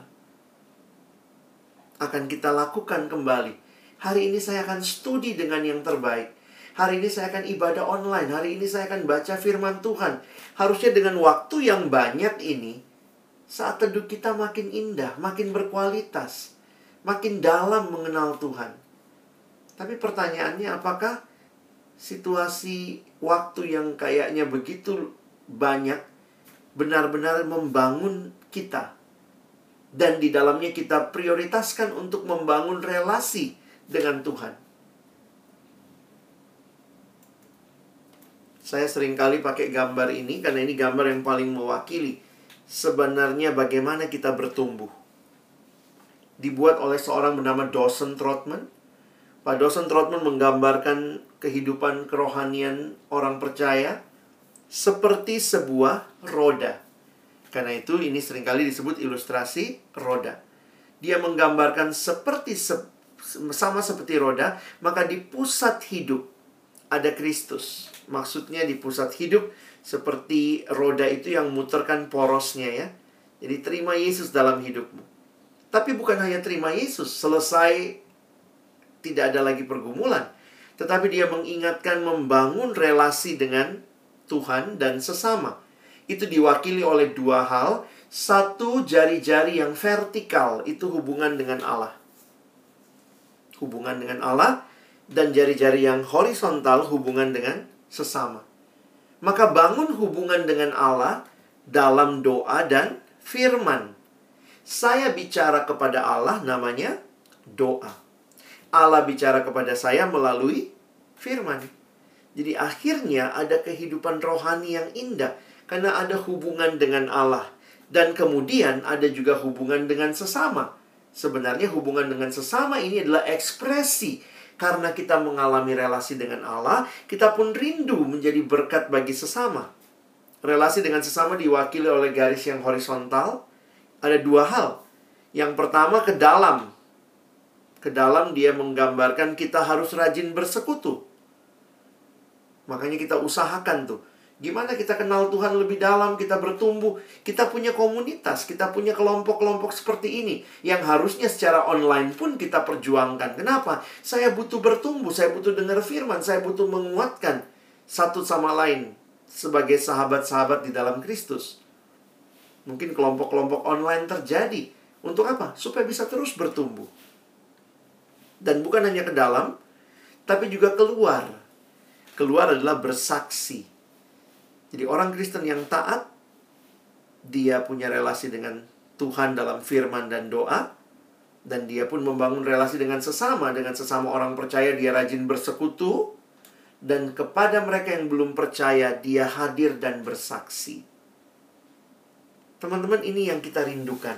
Akan kita lakukan kembali. Hari ini saya akan studi dengan yang terbaik. Hari ini saya akan ibadah online. Hari ini saya akan baca firman Tuhan. Harusnya dengan waktu yang banyak ini, saat teduh kita makin indah, makin berkualitas, makin dalam mengenal Tuhan. Tapi pertanyaannya, apakah situasi waktu yang kayaknya begitu banyak benar-benar membangun kita, dan di dalamnya kita prioritaskan untuk membangun relasi dengan Tuhan? Saya seringkali pakai gambar ini karena ini gambar yang paling mewakili sebenarnya bagaimana kita bertumbuh. Dibuat oleh seorang bernama Dawson Trotman. Pak Dawson Trotman menggambarkan kehidupan kerohanian orang percaya seperti sebuah roda. Karena itu ini seringkali disebut ilustrasi roda. dia menggambarkan seperti se- sama seperti roda, maka di pusat hidup ada Kristus. Maksudnya di pusat hidup seperti roda itu yang muterkan porosnya ya. Jadi terima Yesus dalam hidupmu. Tapi bukan hanya terima Yesus, selesai tidak ada lagi pergumulan. Tetapi dia mengingatkan membangun relasi dengan Tuhan dan sesama. Itu diwakili oleh dua hal. Satu, jari-jari yang vertikal, itu hubungan dengan Allah. Hubungan dengan Allah. Dan jari-jari yang horizontal, hubungan dengan sesama. Maka bangun hubungan dengan Allah dalam doa dan firman. Saya bicara kepada Allah, namanya doa. Allah bicara kepada saya melalui firman. Jadi akhirnya ada kehidupan rohani yang indah. Karena ada hubungan dengan Allah. Dan kemudian ada juga hubungan dengan sesama. Sebenarnya hubungan dengan sesama ini adalah ekspresi. Karena kita mengalami relasi dengan Allah, kita pun rindu menjadi berkat bagi sesama. Relasi dengan sesama diwakili oleh garis yang horizontal. Ada dua hal. Yang pertama, ke dalam. Ke dalam dia menggambarkan kita harus rajin bersekutu. Makanya kita usahakan tuh. Gimana kita kenal Tuhan lebih dalam, kita bertumbuh. Kita punya komunitas, kita punya kelompok-kelompok seperti ini. Yang harusnya secara online pun kita perjuangkan. Kenapa? Saya butuh bertumbuh, saya butuh dengar firman, saya butuh menguatkan satu sama lain sebagai sahabat-sahabat di dalam Kristus. Mungkin kelompok-kelompok online terjadi. Untuk apa? Supaya bisa terus bertumbuh. Dan bukan hanya ke dalam, tapi juga keluar. Keluar adalah bersaksi. Jadi orang Kristen yang taat, dia punya relasi dengan Tuhan dalam firman dan doa. Dan dia pun membangun relasi dengan sesama. Dengan sesama orang percaya, dia rajin bersekutu. Dan kepada mereka yang belum percaya, dia hadir dan bersaksi. Teman-teman, ini yang kita rindukan.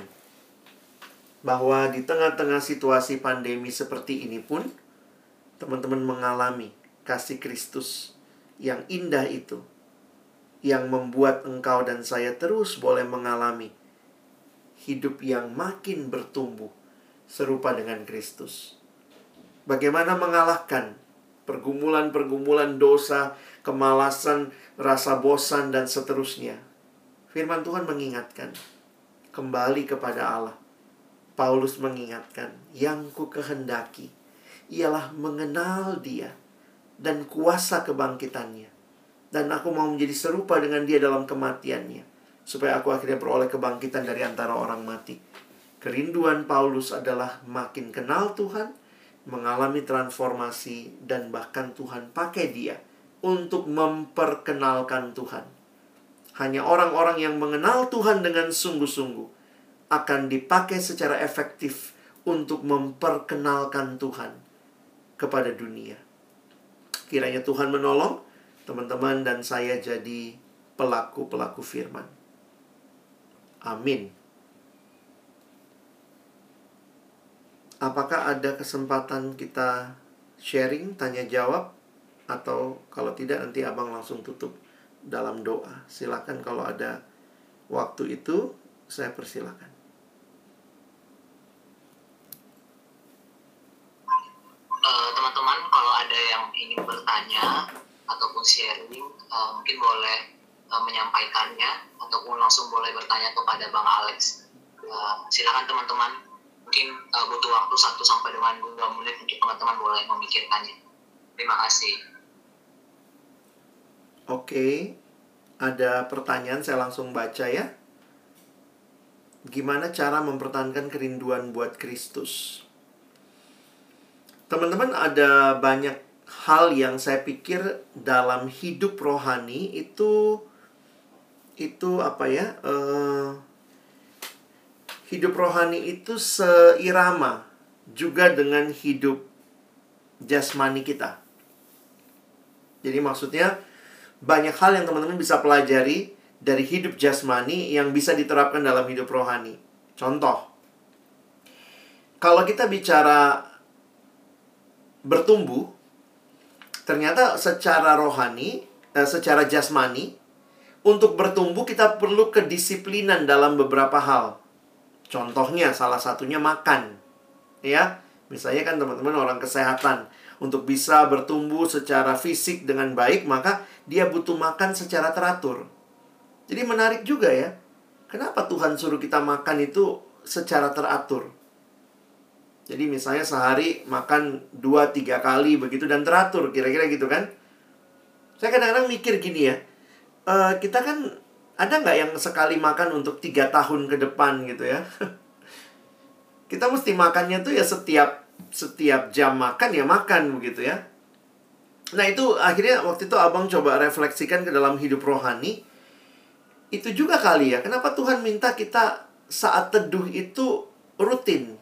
Bahwa di tengah-tengah situasi pandemi seperti ini pun, teman-teman mengalami kasih Kristus yang indah itu. Yang membuat engkau dan saya terus boleh mengalami hidup yang makin bertumbuh serupa dengan Kristus. Bagaimana mengalahkan pergumulan-pergumulan dosa, kemalasan, rasa bosan, dan seterusnya. Firman Tuhan mengingatkan, kembali kepada Allah. Paulus mengingatkan, yang ku kehendaki ialah mengenal dia dan kuasa kebangkitannya. Dan aku mau menjadi serupa dengan dia dalam kematiannya, supaya aku akhirnya peroleh kebangkitan dari antara orang mati. Kerinduan Paulus adalah makin kenal Tuhan, mengalami transformasi, dan bahkan Tuhan pakai dia untuk memperkenalkan Tuhan. Hanya orang-orang yang mengenal Tuhan dengan sungguh-sungguh akan dipakai secara efektif untuk memperkenalkan Tuhan kepada dunia. Kiranya Tuhan menolong teman-teman dan saya jadi pelaku-pelaku firman. Amin. Apakah ada kesempatan kita sharing, tanya jawab? Atau kalau tidak nanti abang langsung tutup dalam doa. Silakan kalau ada waktu itu, saya persilakan. Uh, teman-teman, kalau ada yang ingin bertanya ataupun sharing, uh, mungkin boleh uh, menyampaikannya ataupun langsung boleh bertanya kepada Bang Alex. Uh, silakan teman-teman. Mungkin uh, butuh waktu satu sampai dengan dua menit untuk teman-teman boleh memikirkannya. Terima kasih. Oke, ada pertanyaan, saya langsung baca ya. Gimana cara mempertahankan kerinduan buat Kristus? Teman-teman, ada banyak hal yang saya pikir dalam hidup rohani itu itu apa ya? Uh, hidup rohani itu seirama juga dengan hidup jasmani kita. Jadi maksudnya banyak hal yang teman-teman bisa pelajari dari hidup jasmani yang bisa diterapkan dalam hidup rohani. Contoh, kalau kita bicara bertumbuh, ternyata secara rohani, eh, secara jasmani, untuk bertumbuh kita perlu kedisiplinan dalam beberapa hal. Contohnya, salah satunya makan. Ya, misalnya kan teman-teman orang kesehatan. Untuk bisa bertumbuh secara fisik dengan baik, maka dia butuh makan secara teratur. Jadi menarik juga ya. Kenapa Tuhan suruh kita makan itu secara teratur? Jadi misalnya sehari makan dua tiga kali begitu dan teratur, kira-kira gitu kan. Saya kadang-kadang mikir gini ya, uh, kita kan ada nggak yang sekali makan untuk tiga tahun ke depan gitu ya? Kita mesti makannya tuh ya setiap setiap jam makan ya makan begitu ya. Nah itu akhirnya waktu itu abang coba refleksikan ke dalam hidup rohani. Itu juga kali ya, kenapa Tuhan minta kita saat teduh itu rutin?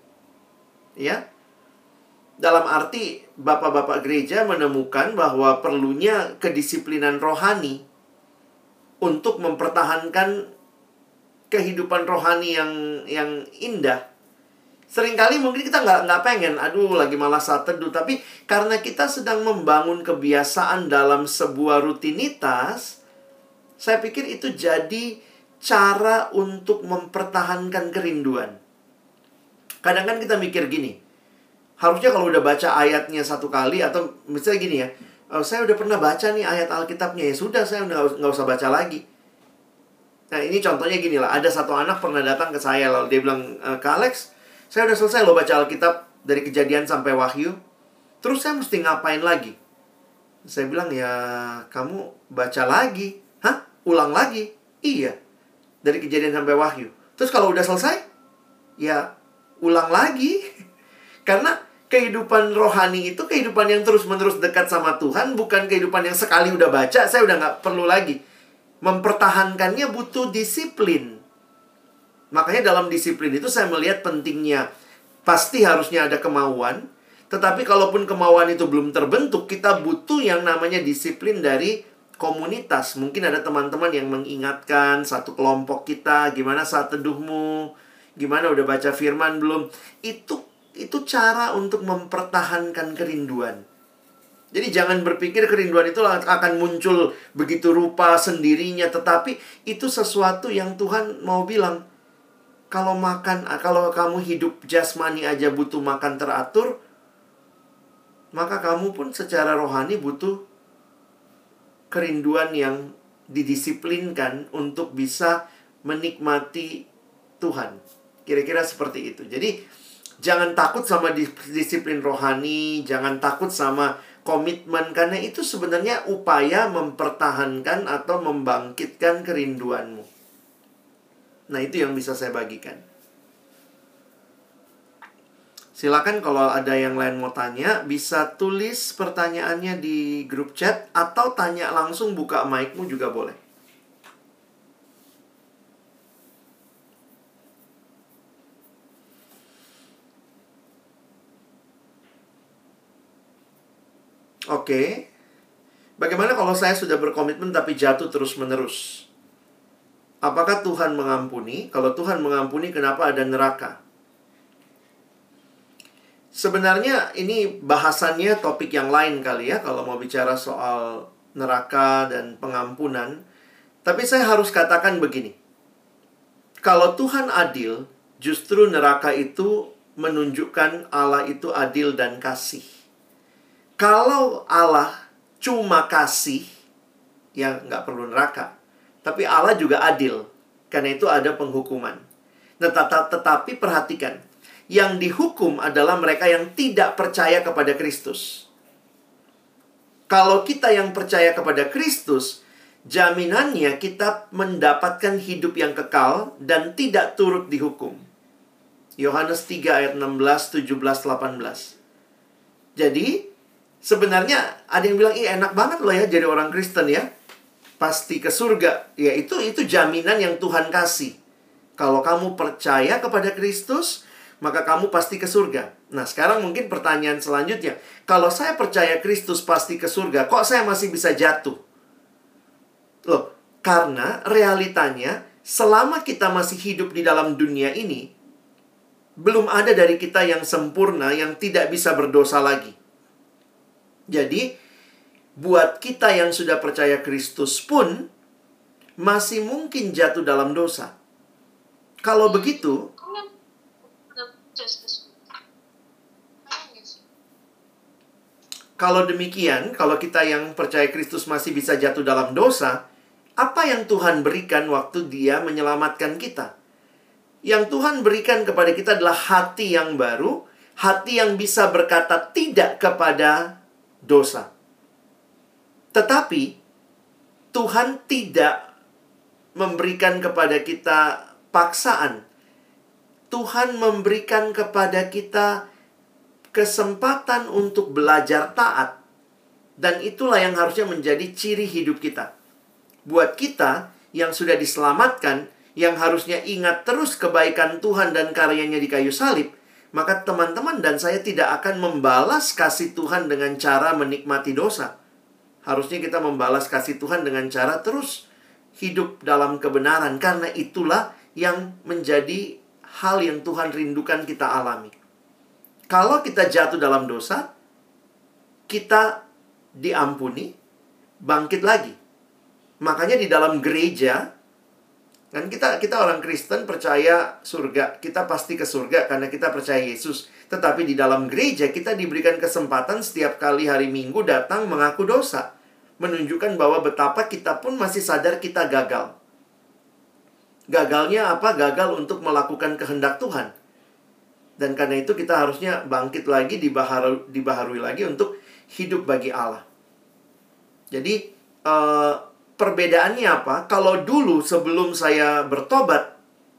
Ya, dalam arti bapak-bapak gereja menemukan bahwa perlunya kedisiplinan rohani untuk mempertahankan kehidupan rohani yang yang indah. Seringkali mungkin kita nggak nggak pengen, aduh lagi malas saat teduh. Tapi karena kita sedang membangun kebiasaan dalam sebuah rutinitas, saya pikir itu jadi cara untuk mempertahankan kerinduan. Kadang kan kita mikir gini, harusnya kalau udah baca ayatnya satu kali, atau misalnya gini ya, oh, saya udah pernah baca nih ayat Alkitabnya, ya sudah saya udah nggak usah baca lagi. Nah ini contohnya gini lah, ada satu anak pernah datang ke saya, lalu dia bilang, Kak Alex, saya udah selesai loh baca Alkitab dari Kejadian sampai Wahyu, terus saya mesti ngapain lagi? Saya bilang, ya kamu baca lagi. Hah? Ulang lagi? Iya, dari Kejadian sampai Wahyu. Terus kalau udah selesai, ya ulang lagi. Karena kehidupan rohani itu kehidupan yang terus-menerus dekat sama Tuhan, bukan kehidupan yang sekali udah baca, saya udah nggak perlu lagi. Mempertahankannya butuh disiplin. Makanya dalam disiplin itu saya melihat pentingnya, pasti harusnya ada kemauan. Tetapi kalaupun kemauan itu belum terbentuk, kita butuh yang namanya disiplin dari komunitas. Mungkin ada teman-teman yang mengingatkan satu kelompok kita, gimana saat teduhmu, gimana udah baca firman belum. Itu itu cara untuk mempertahankan kerinduan. Jadi jangan berpikir kerinduan itu akan muncul begitu rupa sendirinya. Tetapi itu sesuatu yang Tuhan mau bilang. Kalau makan, kalau kamu hidup jasmani aja butuh makan teratur, maka kamu pun secara rohani butuh kerinduan yang didisiplinkan untuk bisa menikmati Tuhan. Kira-kira seperti itu. Jadi jangan takut sama disiplin rohani, jangan takut sama komitmen, karena itu sebenarnya upaya mempertahankan atau membangkitkan kerinduanmu. Nah, itu yang bisa saya bagikan. Silakan kalau ada yang lain mau tanya, bisa tulis pertanyaannya di grup chat, atau tanya langsung, buka mic-mu juga boleh. Oke. Bagaimana kalau saya sudah berkomitmen tapi jatuh terus-menerus? Apakah Tuhan mengampuni? Kalau Tuhan mengampuni, kenapa ada neraka? Sebenarnya ini bahasannya topik yang lain kali ya, kalau mau bicara soal neraka dan pengampunan. Tapi saya harus katakan begini. Kalau Tuhan adil, justru neraka itu menunjukkan Allah itu adil dan kasih. Kalau Allah cuma kasih, ya nggak perlu neraka. Tapi Allah juga adil. Karena itu ada penghukuman. Nah, tet- tetapi perhatikan. Yang dihukum adalah mereka yang tidak percaya kepada Kristus. Kalau kita yang percaya kepada Kristus, jaminannya kita mendapatkan hidup yang kekal dan tidak turut dihukum. Yohanes tiga ayat enam belas, tujuh belas, delapan belas. Jadi, sebenarnya ada yang bilang, ih enak banget loh ya jadi orang Kristen ya. Pasti ke surga. Ya itu itu jaminan yang Tuhan kasih. Kalau kamu percaya kepada Kristus, maka kamu pasti ke surga. Nah sekarang mungkin pertanyaan selanjutnya, kalau saya percaya Kristus pasti ke surga, kok saya masih bisa jatuh? Loh, karena realitanya selama kita masih hidup di dalam dunia ini, belum ada dari kita yang sempurna, yang tidak bisa berdosa lagi. Jadi buat kita yang sudah percaya Kristus pun masih mungkin jatuh dalam dosa. Kalau begitu, Kalau demikian, kalau kita yang percaya Kristus masih bisa jatuh dalam dosa, apa yang Tuhan berikan waktu Dia menyelamatkan kita? Yang Tuhan berikan kepada kita adalah hati yang baru, hati yang bisa berkata tidak kepada dosa. Tetapi Tuhan tidak memberikan kepada kita paksaan. Tuhan memberikan kepada kita kesempatan untuk belajar taat. Dan itulah yang harusnya menjadi ciri hidup kita. Buat kita yang sudah diselamatkan, yang harusnya ingat terus kebaikan Tuhan dan karyanya di kayu salib, maka teman-teman dan saya tidak akan membalas kasih Tuhan dengan cara menikmati dosa. Harusnya kita membalas kasih Tuhan dengan cara terus hidup dalam kebenaran. Karena itulah yang menjadi hal yang Tuhan rindukan kita alami. Kalau kita jatuh dalam dosa, kita diampuni, bangkit lagi. Makanya di dalam gereja, kan kita kita orang Kristen percaya surga, kita pasti ke surga karena kita percaya Yesus. Tetapi di dalam gereja kita diberikan kesempatan setiap kali hari Minggu datang mengaku dosa, menunjukkan bahwa betapa kita pun masih sadar kita gagal. Gagalnya apa? Gagal untuk melakukan kehendak Tuhan. Dan karena itu kita harusnya bangkit lagi, dibaharu, dibaharui lagi untuk hidup bagi Allah. Jadi uh, perbedaannya apa? Kalau dulu sebelum saya bertobat,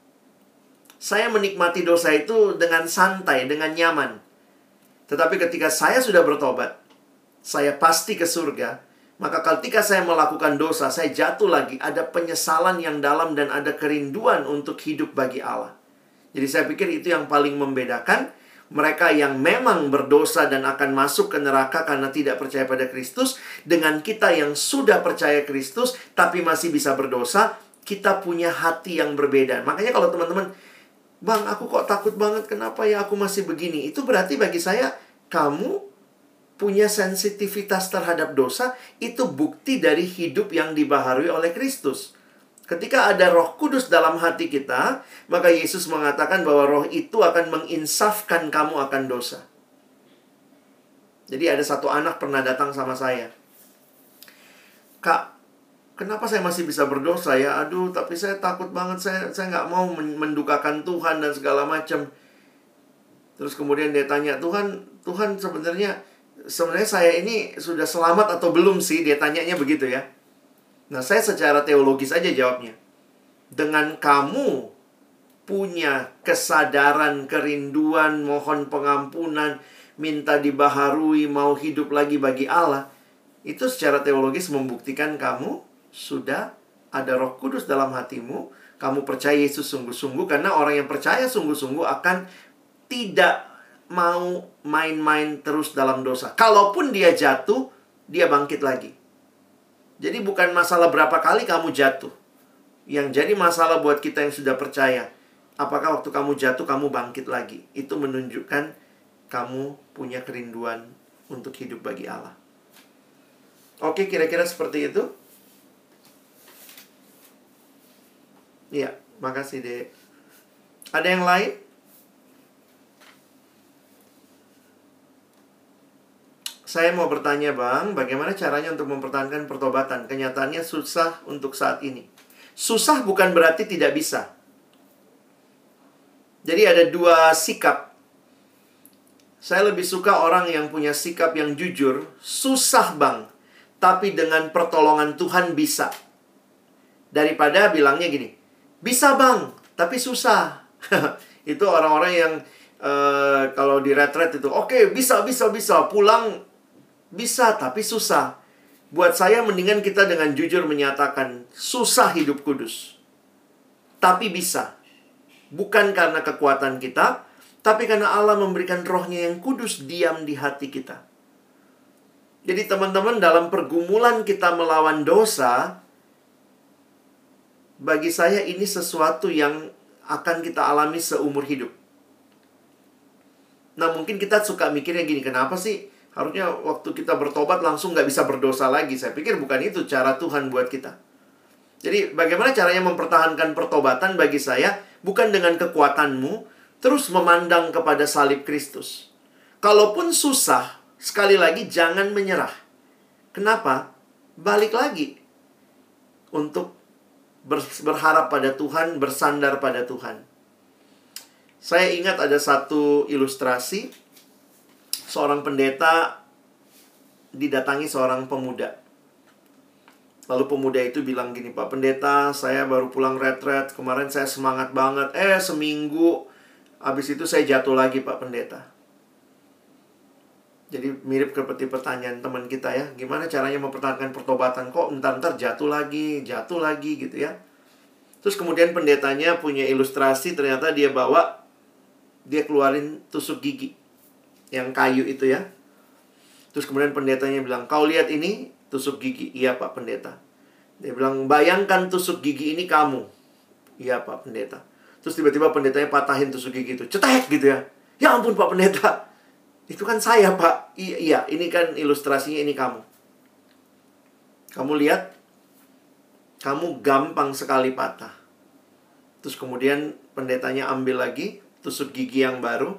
saya menikmati dosa itu dengan santai, dengan nyaman. Tetapi ketika saya sudah bertobat, saya pasti ke surga. Maka ketika saya melakukan dosa, saya jatuh lagi. Ada penyesalan yang dalam dan ada kerinduan untuk hidup bagi Allah. Jadi saya pikir itu yang paling membedakan mereka yang memang berdosa dan akan masuk ke neraka karena tidak percaya pada Kristus, dengan kita yang sudah percaya Kristus tapi masih bisa berdosa. Kita punya hati yang berbeda. Makanya kalau teman-teman, "Bang, aku kok takut banget, kenapa ya aku masih begini?" Itu berarti bagi saya, kamu punya sensitivitas terhadap dosa. Itu bukti dari hidup yang dibaharui oleh Kristus. Ketika ada Roh Kudus dalam hati kita, maka Yesus mengatakan bahwa roh itu akan menginsafkan kamu akan dosa. Jadi ada satu anak pernah datang sama saya. "Kak, kenapa saya masih bisa berdosa ya? Aduh, tapi saya takut banget, saya saya nggak mau mendukakan Tuhan dan segala macam." Terus kemudian dia tanya, Tuhan, Tuhan sebenarnya, sebenarnya saya ini sudah selamat atau belum sih? Dia tanyanya begitu ya. Nah, saya secara teologis aja jawabnya. Dengan kamu punya kesadaran, kerinduan, mohon pengampunan, minta dibaharui, mau hidup lagi bagi Allah, itu secara teologis membuktikan kamu sudah ada Roh Kudus dalam hatimu. Kamu percaya Yesus sungguh-sungguh, karena orang yang percaya sungguh-sungguh akan tidak mau main-main terus dalam dosa. Kalaupun dia jatuh, dia bangkit lagi. Jadi bukan masalah berapa kali kamu jatuh. Yang jadi masalah buat kita yang sudah percaya, apakah waktu kamu jatuh kamu bangkit lagi. Itu menunjukkan kamu punya kerinduan untuk hidup bagi Allah. Oke, kira-kira seperti itu. Iya, makasih Dek. Ada yang lain? Saya mau bertanya, Bang, bagaimana caranya untuk mempertahankan pertobatan? Kenyataannya susah untuk saat ini. Susah bukan berarti tidak bisa. Jadi ada dua sikap. Saya lebih suka orang yang punya sikap yang jujur. Susah, Bang, tapi dengan pertolongan Tuhan bisa. Daripada bilangnya gini, bisa, Bang, tapi susah. Itu orang-orang yang uh, kalau di retret itu, oke, okay, bisa, bisa, bisa. Pulang bisa, tapi susah. Buat saya mendingan kita dengan jujur menyatakan, susah hidup kudus, tapi bisa. Bukan karena kekuatan kita, tapi karena Allah memberikan rohnya yang kudus diam di hati kita. Jadi teman-teman, dalam pergumulan kita melawan dosa, bagi saya ini sesuatu yang akan kita alami seumur hidup. Nah, mungkin kita suka mikirnya gini, kenapa sih harusnya waktu kita bertobat langsung nggak bisa berdosa lagi? Saya pikir bukan itu cara Tuhan buat kita. Jadi bagaimana caranya mempertahankan pertobatan bagi saya? Bukan dengan kekuatanmu, terus memandang kepada salib Kristus. Kalaupun susah, sekali lagi jangan menyerah. Kenapa? Balik lagi untuk berharap pada Tuhan, bersandar pada Tuhan. Saya ingat ada satu ilustrasi, seorang pendeta didatangi seorang pemuda. Lalu pemuda itu bilang gini, "Pak Pendeta, saya baru pulang retret, kemarin saya semangat banget. Eh, seminggu, habis itu saya jatuh lagi, Pak Pendeta." Jadi mirip seperti pertanyaan teman kita ya. Gimana caranya mempertahankan pertobatan? Kok entar-entar jatuh lagi, jatuh lagi gitu ya. Terus kemudian pendetanya punya ilustrasi, ternyata dia bawa, dia keluarin tusuk gigi yang kayu itu ya. Terus kemudian pendetanya bilang, "Kau lihat ini tusuk gigi?" "Iya Pak Pendeta." Dia bilang, "Bayangkan tusuk gigi ini kamu." "Iya Pak Pendeta." Terus tiba-tiba pendetanya patahin tusuk gigi itu, cetek gitu ya. "Ya ampun Pak Pendeta, itu kan saya Pak." "Iya, iya, ini kan ilustrasinya, ini kamu. Kamu lihat, kamu gampang sekali patah." Terus kemudian pendetanya ambil lagi tusuk gigi yang baru.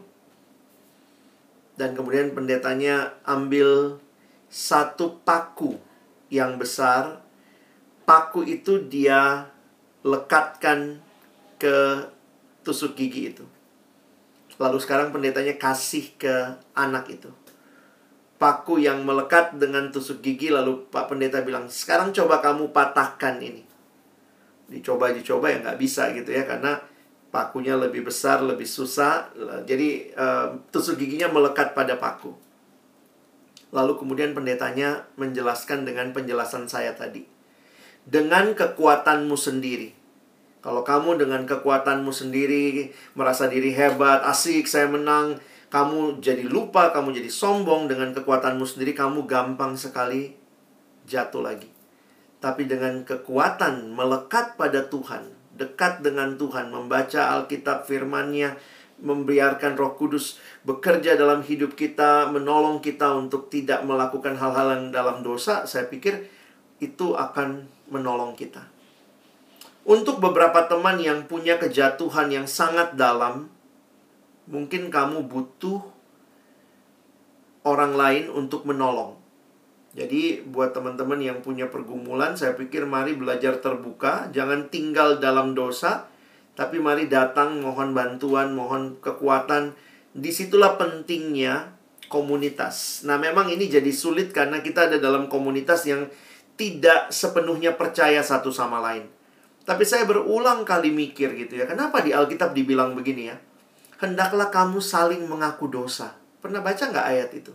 Dan kemudian pendetanya ambil satu paku yang besar. Paku itu dia lekatkan ke tusuk gigi itu. Lalu sekarang pendetanya kasih ke anak itu paku yang melekat dengan tusuk gigi. Lalu Pak Pendeta bilang, "Sekarang coba kamu patahkan ini." Dicoba-dicoba ya nggak bisa gitu ya, karena pakunya lebih besar, lebih susah. Jadi uh, tusuk giginya melekat pada paku. Lalu kemudian pendetanya menjelaskan dengan penjelasan saya tadi. Dengan kekuatanmu sendiri. Kalau kamu dengan kekuatanmu sendiri merasa diri hebat, asik, saya menang, kamu jadi lupa, kamu jadi sombong. Dengan kekuatanmu sendiri kamu gampang sekali jatuh lagi. Tapi dengan kekuatan melekat pada Tuhan, dekat dengan Tuhan, membaca Alkitab firman-Nya, membiarkan Roh Kudus bekerja dalam hidup kita, menolong kita untuk tidak melakukan hal-hal yang dalam dosa, saya pikir itu akan menolong kita. Untuk beberapa teman yang punya kejatuhan yang sangat dalam, mungkin kamu butuh orang lain untuk menolong. Jadi buat teman-teman yang punya pergumulan, saya pikir mari belajar terbuka. Jangan tinggal dalam dosa, tapi mari datang mohon bantuan, mohon kekuatan. Disitulah pentingnya komunitas. Nah memang ini jadi sulit karena kita ada dalam komunitas yang tidak sepenuhnya percaya satu sama lain. Tapi saya berulang kali mikir gitu ya, kenapa di Alkitab dibilang begini ya? Hendaklah kamu saling mengaku dosa. Pernah baca nggak ayat itu?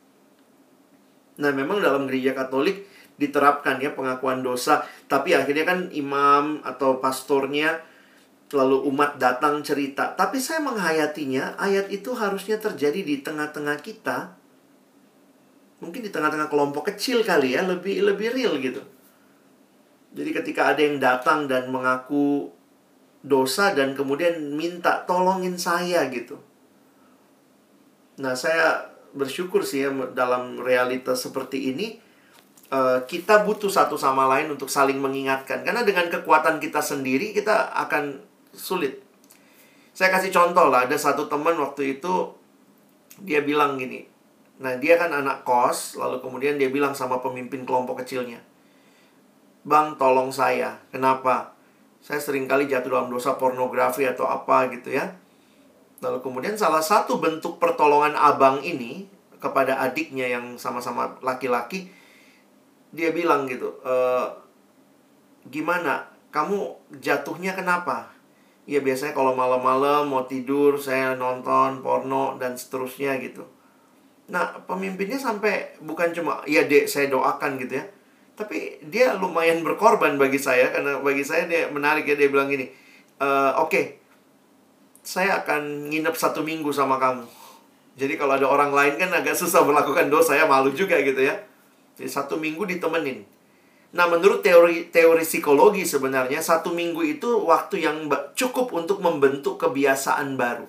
Nah memang dalam gereja Katolik diterapkan ya pengakuan dosa. Tapi akhirnya kan imam atau pastornya, lalu umat datang cerita. Tapi saya menghayatinya, ayat itu harusnya terjadi di tengah-tengah kita. Mungkin di tengah-tengah kelompok kecil kali ya, lebih lebih real gitu. Jadi ketika ada yang datang dan mengaku dosa dan kemudian minta tolongin saya gitu. Nah saya bersyukur sih ya dalam realitas seperti ini uh, kita butuh satu sama lain untuk saling mengingatkan. Karena dengan kekuatan kita sendiri kita akan sulit. Saya kasih contoh lah, ada satu teman waktu itu dia bilang gini. Nah dia kan anak kos, lalu kemudian dia bilang sama pemimpin kelompok kecilnya, "Bang, tolong saya." "Kenapa?" "Saya sering kali jatuh dalam dosa pornografi atau apa gitu ya." Lalu kemudian salah satu bentuk pertolongan abang ini kepada adiknya yang sama-sama laki-laki, dia bilang gitu, e, "Gimana? Kamu jatuhnya kenapa?" "Ya biasanya kalau malam-malam mau tidur saya nonton porno dan seterusnya gitu." Nah pemimpinnya sampai bukan cuma, "Ya dek saya doakan" gitu ya. Tapi dia lumayan berkorban bagi saya. Karena bagi saya dia menarik ya. Dia bilang gini, e, "Oke, okay, saya akan nginep satu minggu sama kamu." Jadi kalau ada orang lain kan agak susah melakukan dosa ya, malu juga gitu ya. Jadi satu minggu ditemenin. Nah menurut teori teori psikologi sebenarnya satu minggu itu waktu yang cukup untuk membentuk kebiasaan baru.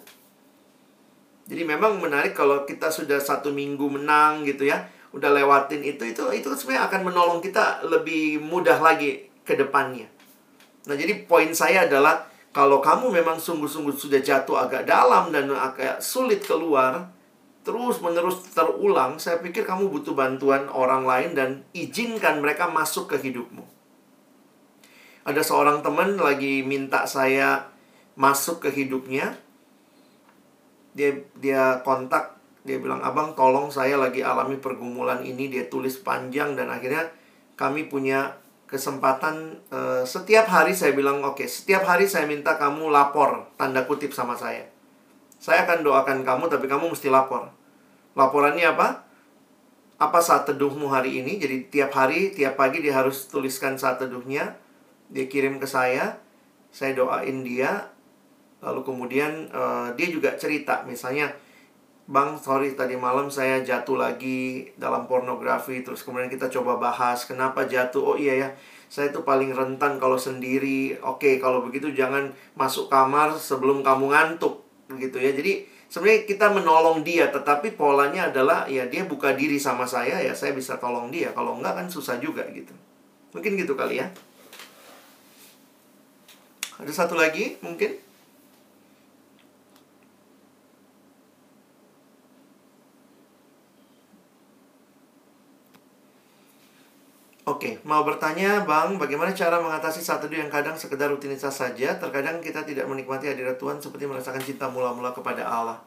Jadi memang menarik kalau kita sudah satu minggu menang gitu ya, udah lewatin itu, itu itu sebenarnya akan menolong kita lebih mudah lagi ke depannya. Nah jadi poin saya adalah, kalau kamu memang sungguh-sungguh sudah jatuh agak dalam dan agak sulit keluar, terus-menerus terulang, saya pikir kamu butuh bantuan orang lain dan izinkan mereka masuk ke hidupmu. Ada seorang teman lagi minta saya masuk ke hidupnya. Dia dia kontak, dia bilang, "Abang, tolong, saya lagi alami pergumulan ini." Dia tulis panjang dan akhirnya kami punya kesempatan uh, setiap hari saya bilang, "Oke, setiap hari saya minta kamu lapor, tanda kutip, sama saya. Saya akan doakan kamu, tapi kamu mesti lapor." Laporannya apa? Apa saat teduhmu hari ini? Jadi tiap hari, tiap pagi dia harus tuliskan saat teduhnya. Dia kirim ke saya. Saya doain dia. Lalu kemudian uh, dia juga cerita, misalnya, "Bang, sorry tadi malam saya jatuh lagi dalam pornografi." Terus kemudian kita coba bahas, kenapa jatuh? "Oh iya ya, saya tuh paling rentan kalau sendiri." "Oke, kalau begitu jangan masuk kamar sebelum kamu ngantuk." Begitu ya. Jadi sebenarnya kita menolong dia, tetapi polanya adalah ya dia buka diri sama saya, ya saya bisa tolong dia. Kalau enggak kan susah juga gitu. Mungkin gitu kali ya. Ada satu lagi mungkin? Oke, mau bertanya, "Bang, bagaimana cara mengatasi saat teduh yang kadang sekedar rutinitas saja? Terkadang kita tidak menikmati hadirat Tuhan seperti merasakan cinta mula-mula kepada Allah."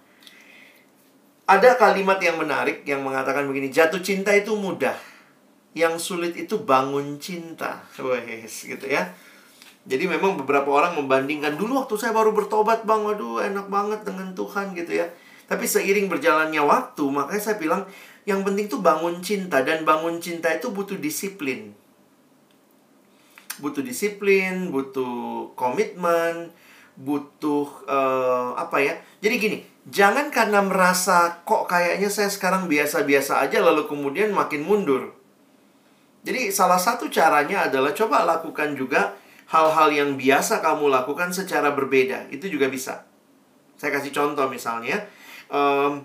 Ada kalimat yang menarik yang mengatakan begini, "Jatuh cinta itu mudah, yang sulit itu bangun cinta." Wes, gitu ya. Jadi memang beberapa orang membandingkan, "Dulu waktu saya baru bertobat, Bang, aduh enak banget dengan Tuhan," gitu ya. Tapi seiring berjalannya waktu, makanya saya bilang, yang penting tuh bangun cinta. Dan bangun cinta itu butuh disiplin. Butuh disiplin, butuh komitmen, butuh uh, apa ya. Jadi gini, jangan karena merasa kok kayaknya saya sekarang biasa-biasa aja lalu kemudian makin mundur. Jadi salah satu caranya adalah coba lakukan juga hal-hal yang biasa kamu lakukan secara berbeda. Itu juga bisa. Saya kasih contoh misalnya, um,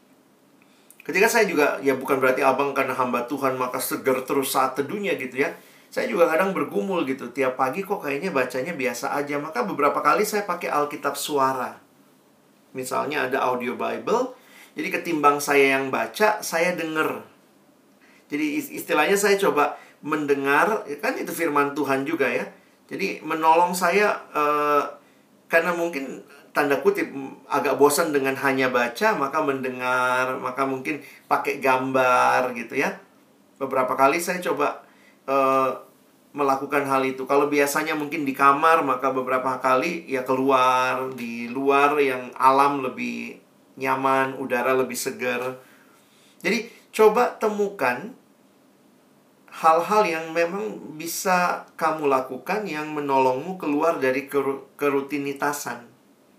ketika saya juga, ya bukan berarti abang karena hamba Tuhan maka seger terus saat teduhnya gitu ya. Saya juga kadang bergumul gitu. Tiap pagi kok kayaknya bacanya biasa aja. Maka beberapa kali saya pakai Alkitab suara. Misalnya ada audio Bible. Jadi ketimbang saya yang baca, saya denger. Jadi istilahnya saya coba mendengar. Kan itu firman Tuhan juga ya. Jadi menolong saya, uh, karena mungkin tanda kutip agak bosan dengan hanya baca, maka mendengar, maka mungkin pakai gambar gitu ya. Beberapa kali saya coba uh, melakukan hal itu. Kalau biasanya mungkin di kamar, maka beberapa kali ya keluar, di luar yang alam lebih nyaman, udara lebih segar. Jadi coba temukan hal-hal yang memang bisa kamu lakukan yang menolongmu keluar dari kerutinitasan.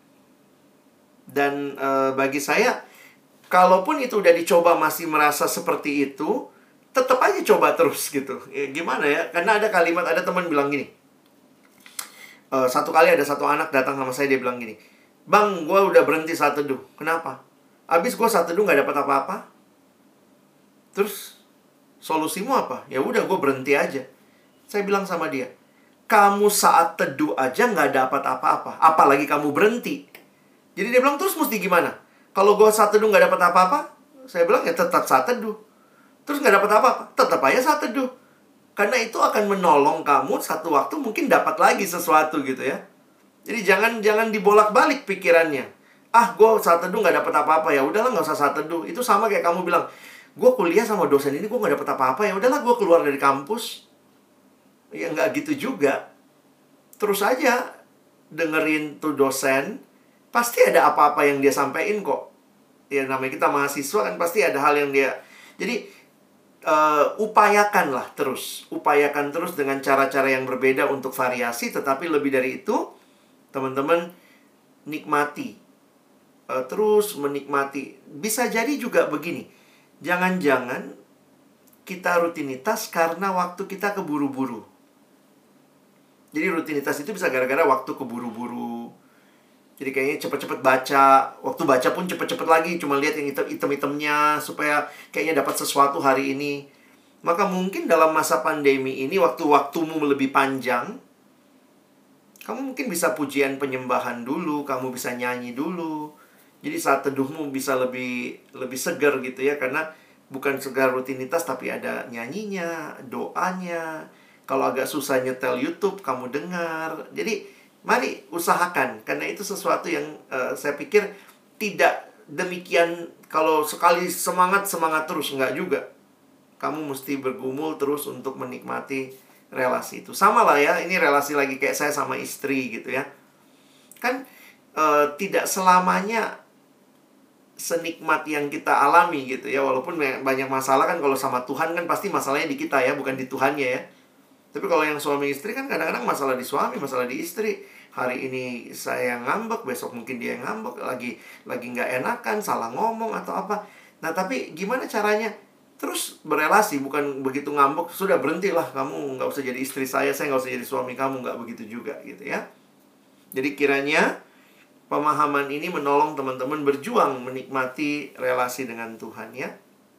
Dan e, bagi saya, kalaupun itu udah dicoba masih merasa seperti itu, tetap aja coba terus gitu. Ya, gimana ya? Karena ada kalimat, ada teman bilang gini. E, satu kali ada satu anak datang sama saya, dia bilang gini, "Bang, gue udah berhenti saat teduh." "Kenapa?" "Abis gue saat teduh gak dapat apa-apa." "Terus solusimu apa?" "Ya udah, gue berhenti aja." Saya bilang sama dia, "Kamu saat teduh aja gak dapat apa-apa, apalagi kamu berhenti." Jadi dia bilang, "Terus mesti gimana? Kalau gue saat teduh gak dapat apa-apa?" Saya bilang, "Ya tetap saat teduh." "Terus gak dapat apa-apa?" "Tetap aja saat teduh." Karena itu akan menolong kamu satu waktu mungkin dapat lagi sesuatu gitu ya. Jadi jangan jangan dibolak-balik pikirannya. "Ah, gue saat teduh gak dapat apa-apa, ya udahlah gak usah saat teduh." Itu sama kayak kamu bilang, "Gue kuliah sama dosen ini gue gak dapat apa-apa, ya udahlah gue keluar dari kampus." Ya nggak gitu juga. Terus aja dengerin tuh dosen, pasti ada apa-apa yang dia sampaikan kok. Ya namanya kita mahasiswa kan pasti ada hal yang dia. Jadi uh, upayakanlah terus, upayakan terus dengan cara-cara yang berbeda untuk variasi. Tetapi lebih dari itu, teman-teman nikmati, uh, terus menikmati. Bisa jadi juga begini, jangan-jangan kita rutinitas karena waktu kita keburu-buru. Jadi rutinitas itu bisa gara-gara waktu keburu-buru. Jadi kayaknya cepet-cepet baca. Waktu baca pun cepet-cepet lagi, cuma lihat yang item-itemnya supaya kayaknya dapat sesuatu hari ini. Maka mungkin dalam masa pandemi ini, waktu-waktumu lebih panjang, kamu mungkin bisa pujian penyembahan dulu, kamu bisa nyanyi dulu. Jadi saat teduhmu bisa lebih lebih segar gitu ya, karena bukan segar rutinitas tapi ada nyanyinya, doanya. Kalau agak susah nyetel YouTube, kamu dengar. Jadi mari usahakan, karena itu sesuatu yang uh, saya pikir tidak demikian kalau sekali semangat semangat terus, enggak juga. Kamu mesti bergumul terus untuk menikmati relasi itu. Sama lah ya, ini relasi lagi kayak saya sama istri gitu ya. Kan uh, tidak selamanya senikmat yang kita alami gitu ya. Walaupun banyak masalah kan, kalau sama Tuhan kan pasti masalahnya di kita ya, bukan di Tuhannya ya. Tapi kalau yang suami istri kan kadang-kadang masalah di suami, masalah di istri. Hari ini saya yang ngambek, besok mungkin dia yang ngambek, lagi lagi nggak enakan, salah ngomong atau apa. Nah tapi gimana caranya terus berelasi, bukan begitu ngambek sudah berhentilah, kamu nggak usah jadi istri saya, saya nggak usah jadi suami kamu, nggak begitu juga gitu ya. Jadi kiranya pemahaman ini menolong teman-teman berjuang menikmati relasi dengan Tuhan ya.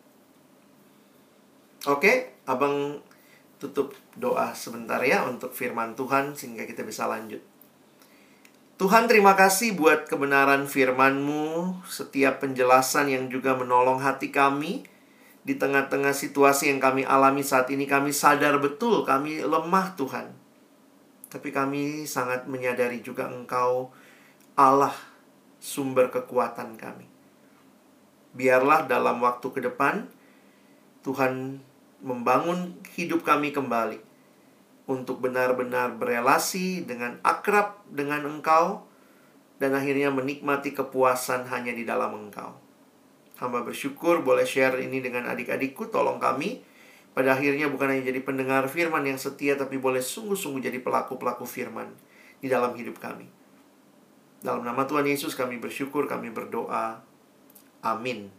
Oke, abang tutup doa sebentar ya untuk firman Tuhan sehingga kita bisa lanjut. Tuhan, terima kasih buat kebenaran firman-Mu, setiap penjelasan yang juga menolong hati kami. Di tengah-tengah situasi yang kami alami saat ini, kami sadar betul kami lemah Tuhan. Tapi kami sangat menyadari juga Engkau Allah, sumber kekuatan kami. Biarlah dalam waktu ke depan Tuhan membangun hidup kami kembali untuk benar-benar berelasi dengan akrab dengan Engkau, dan akhirnya menikmati kepuasan hanya di dalam Engkau. Hamba bersyukur boleh share ini dengan adik-adikku. Tolong kami pada akhirnya bukan hanya jadi pendengar firman yang setia, tapi boleh sungguh-sungguh jadi pelaku-pelaku firman di dalam hidup kami. Dalam nama Tuhan Yesus kami bersyukur, kami berdoa. Amin.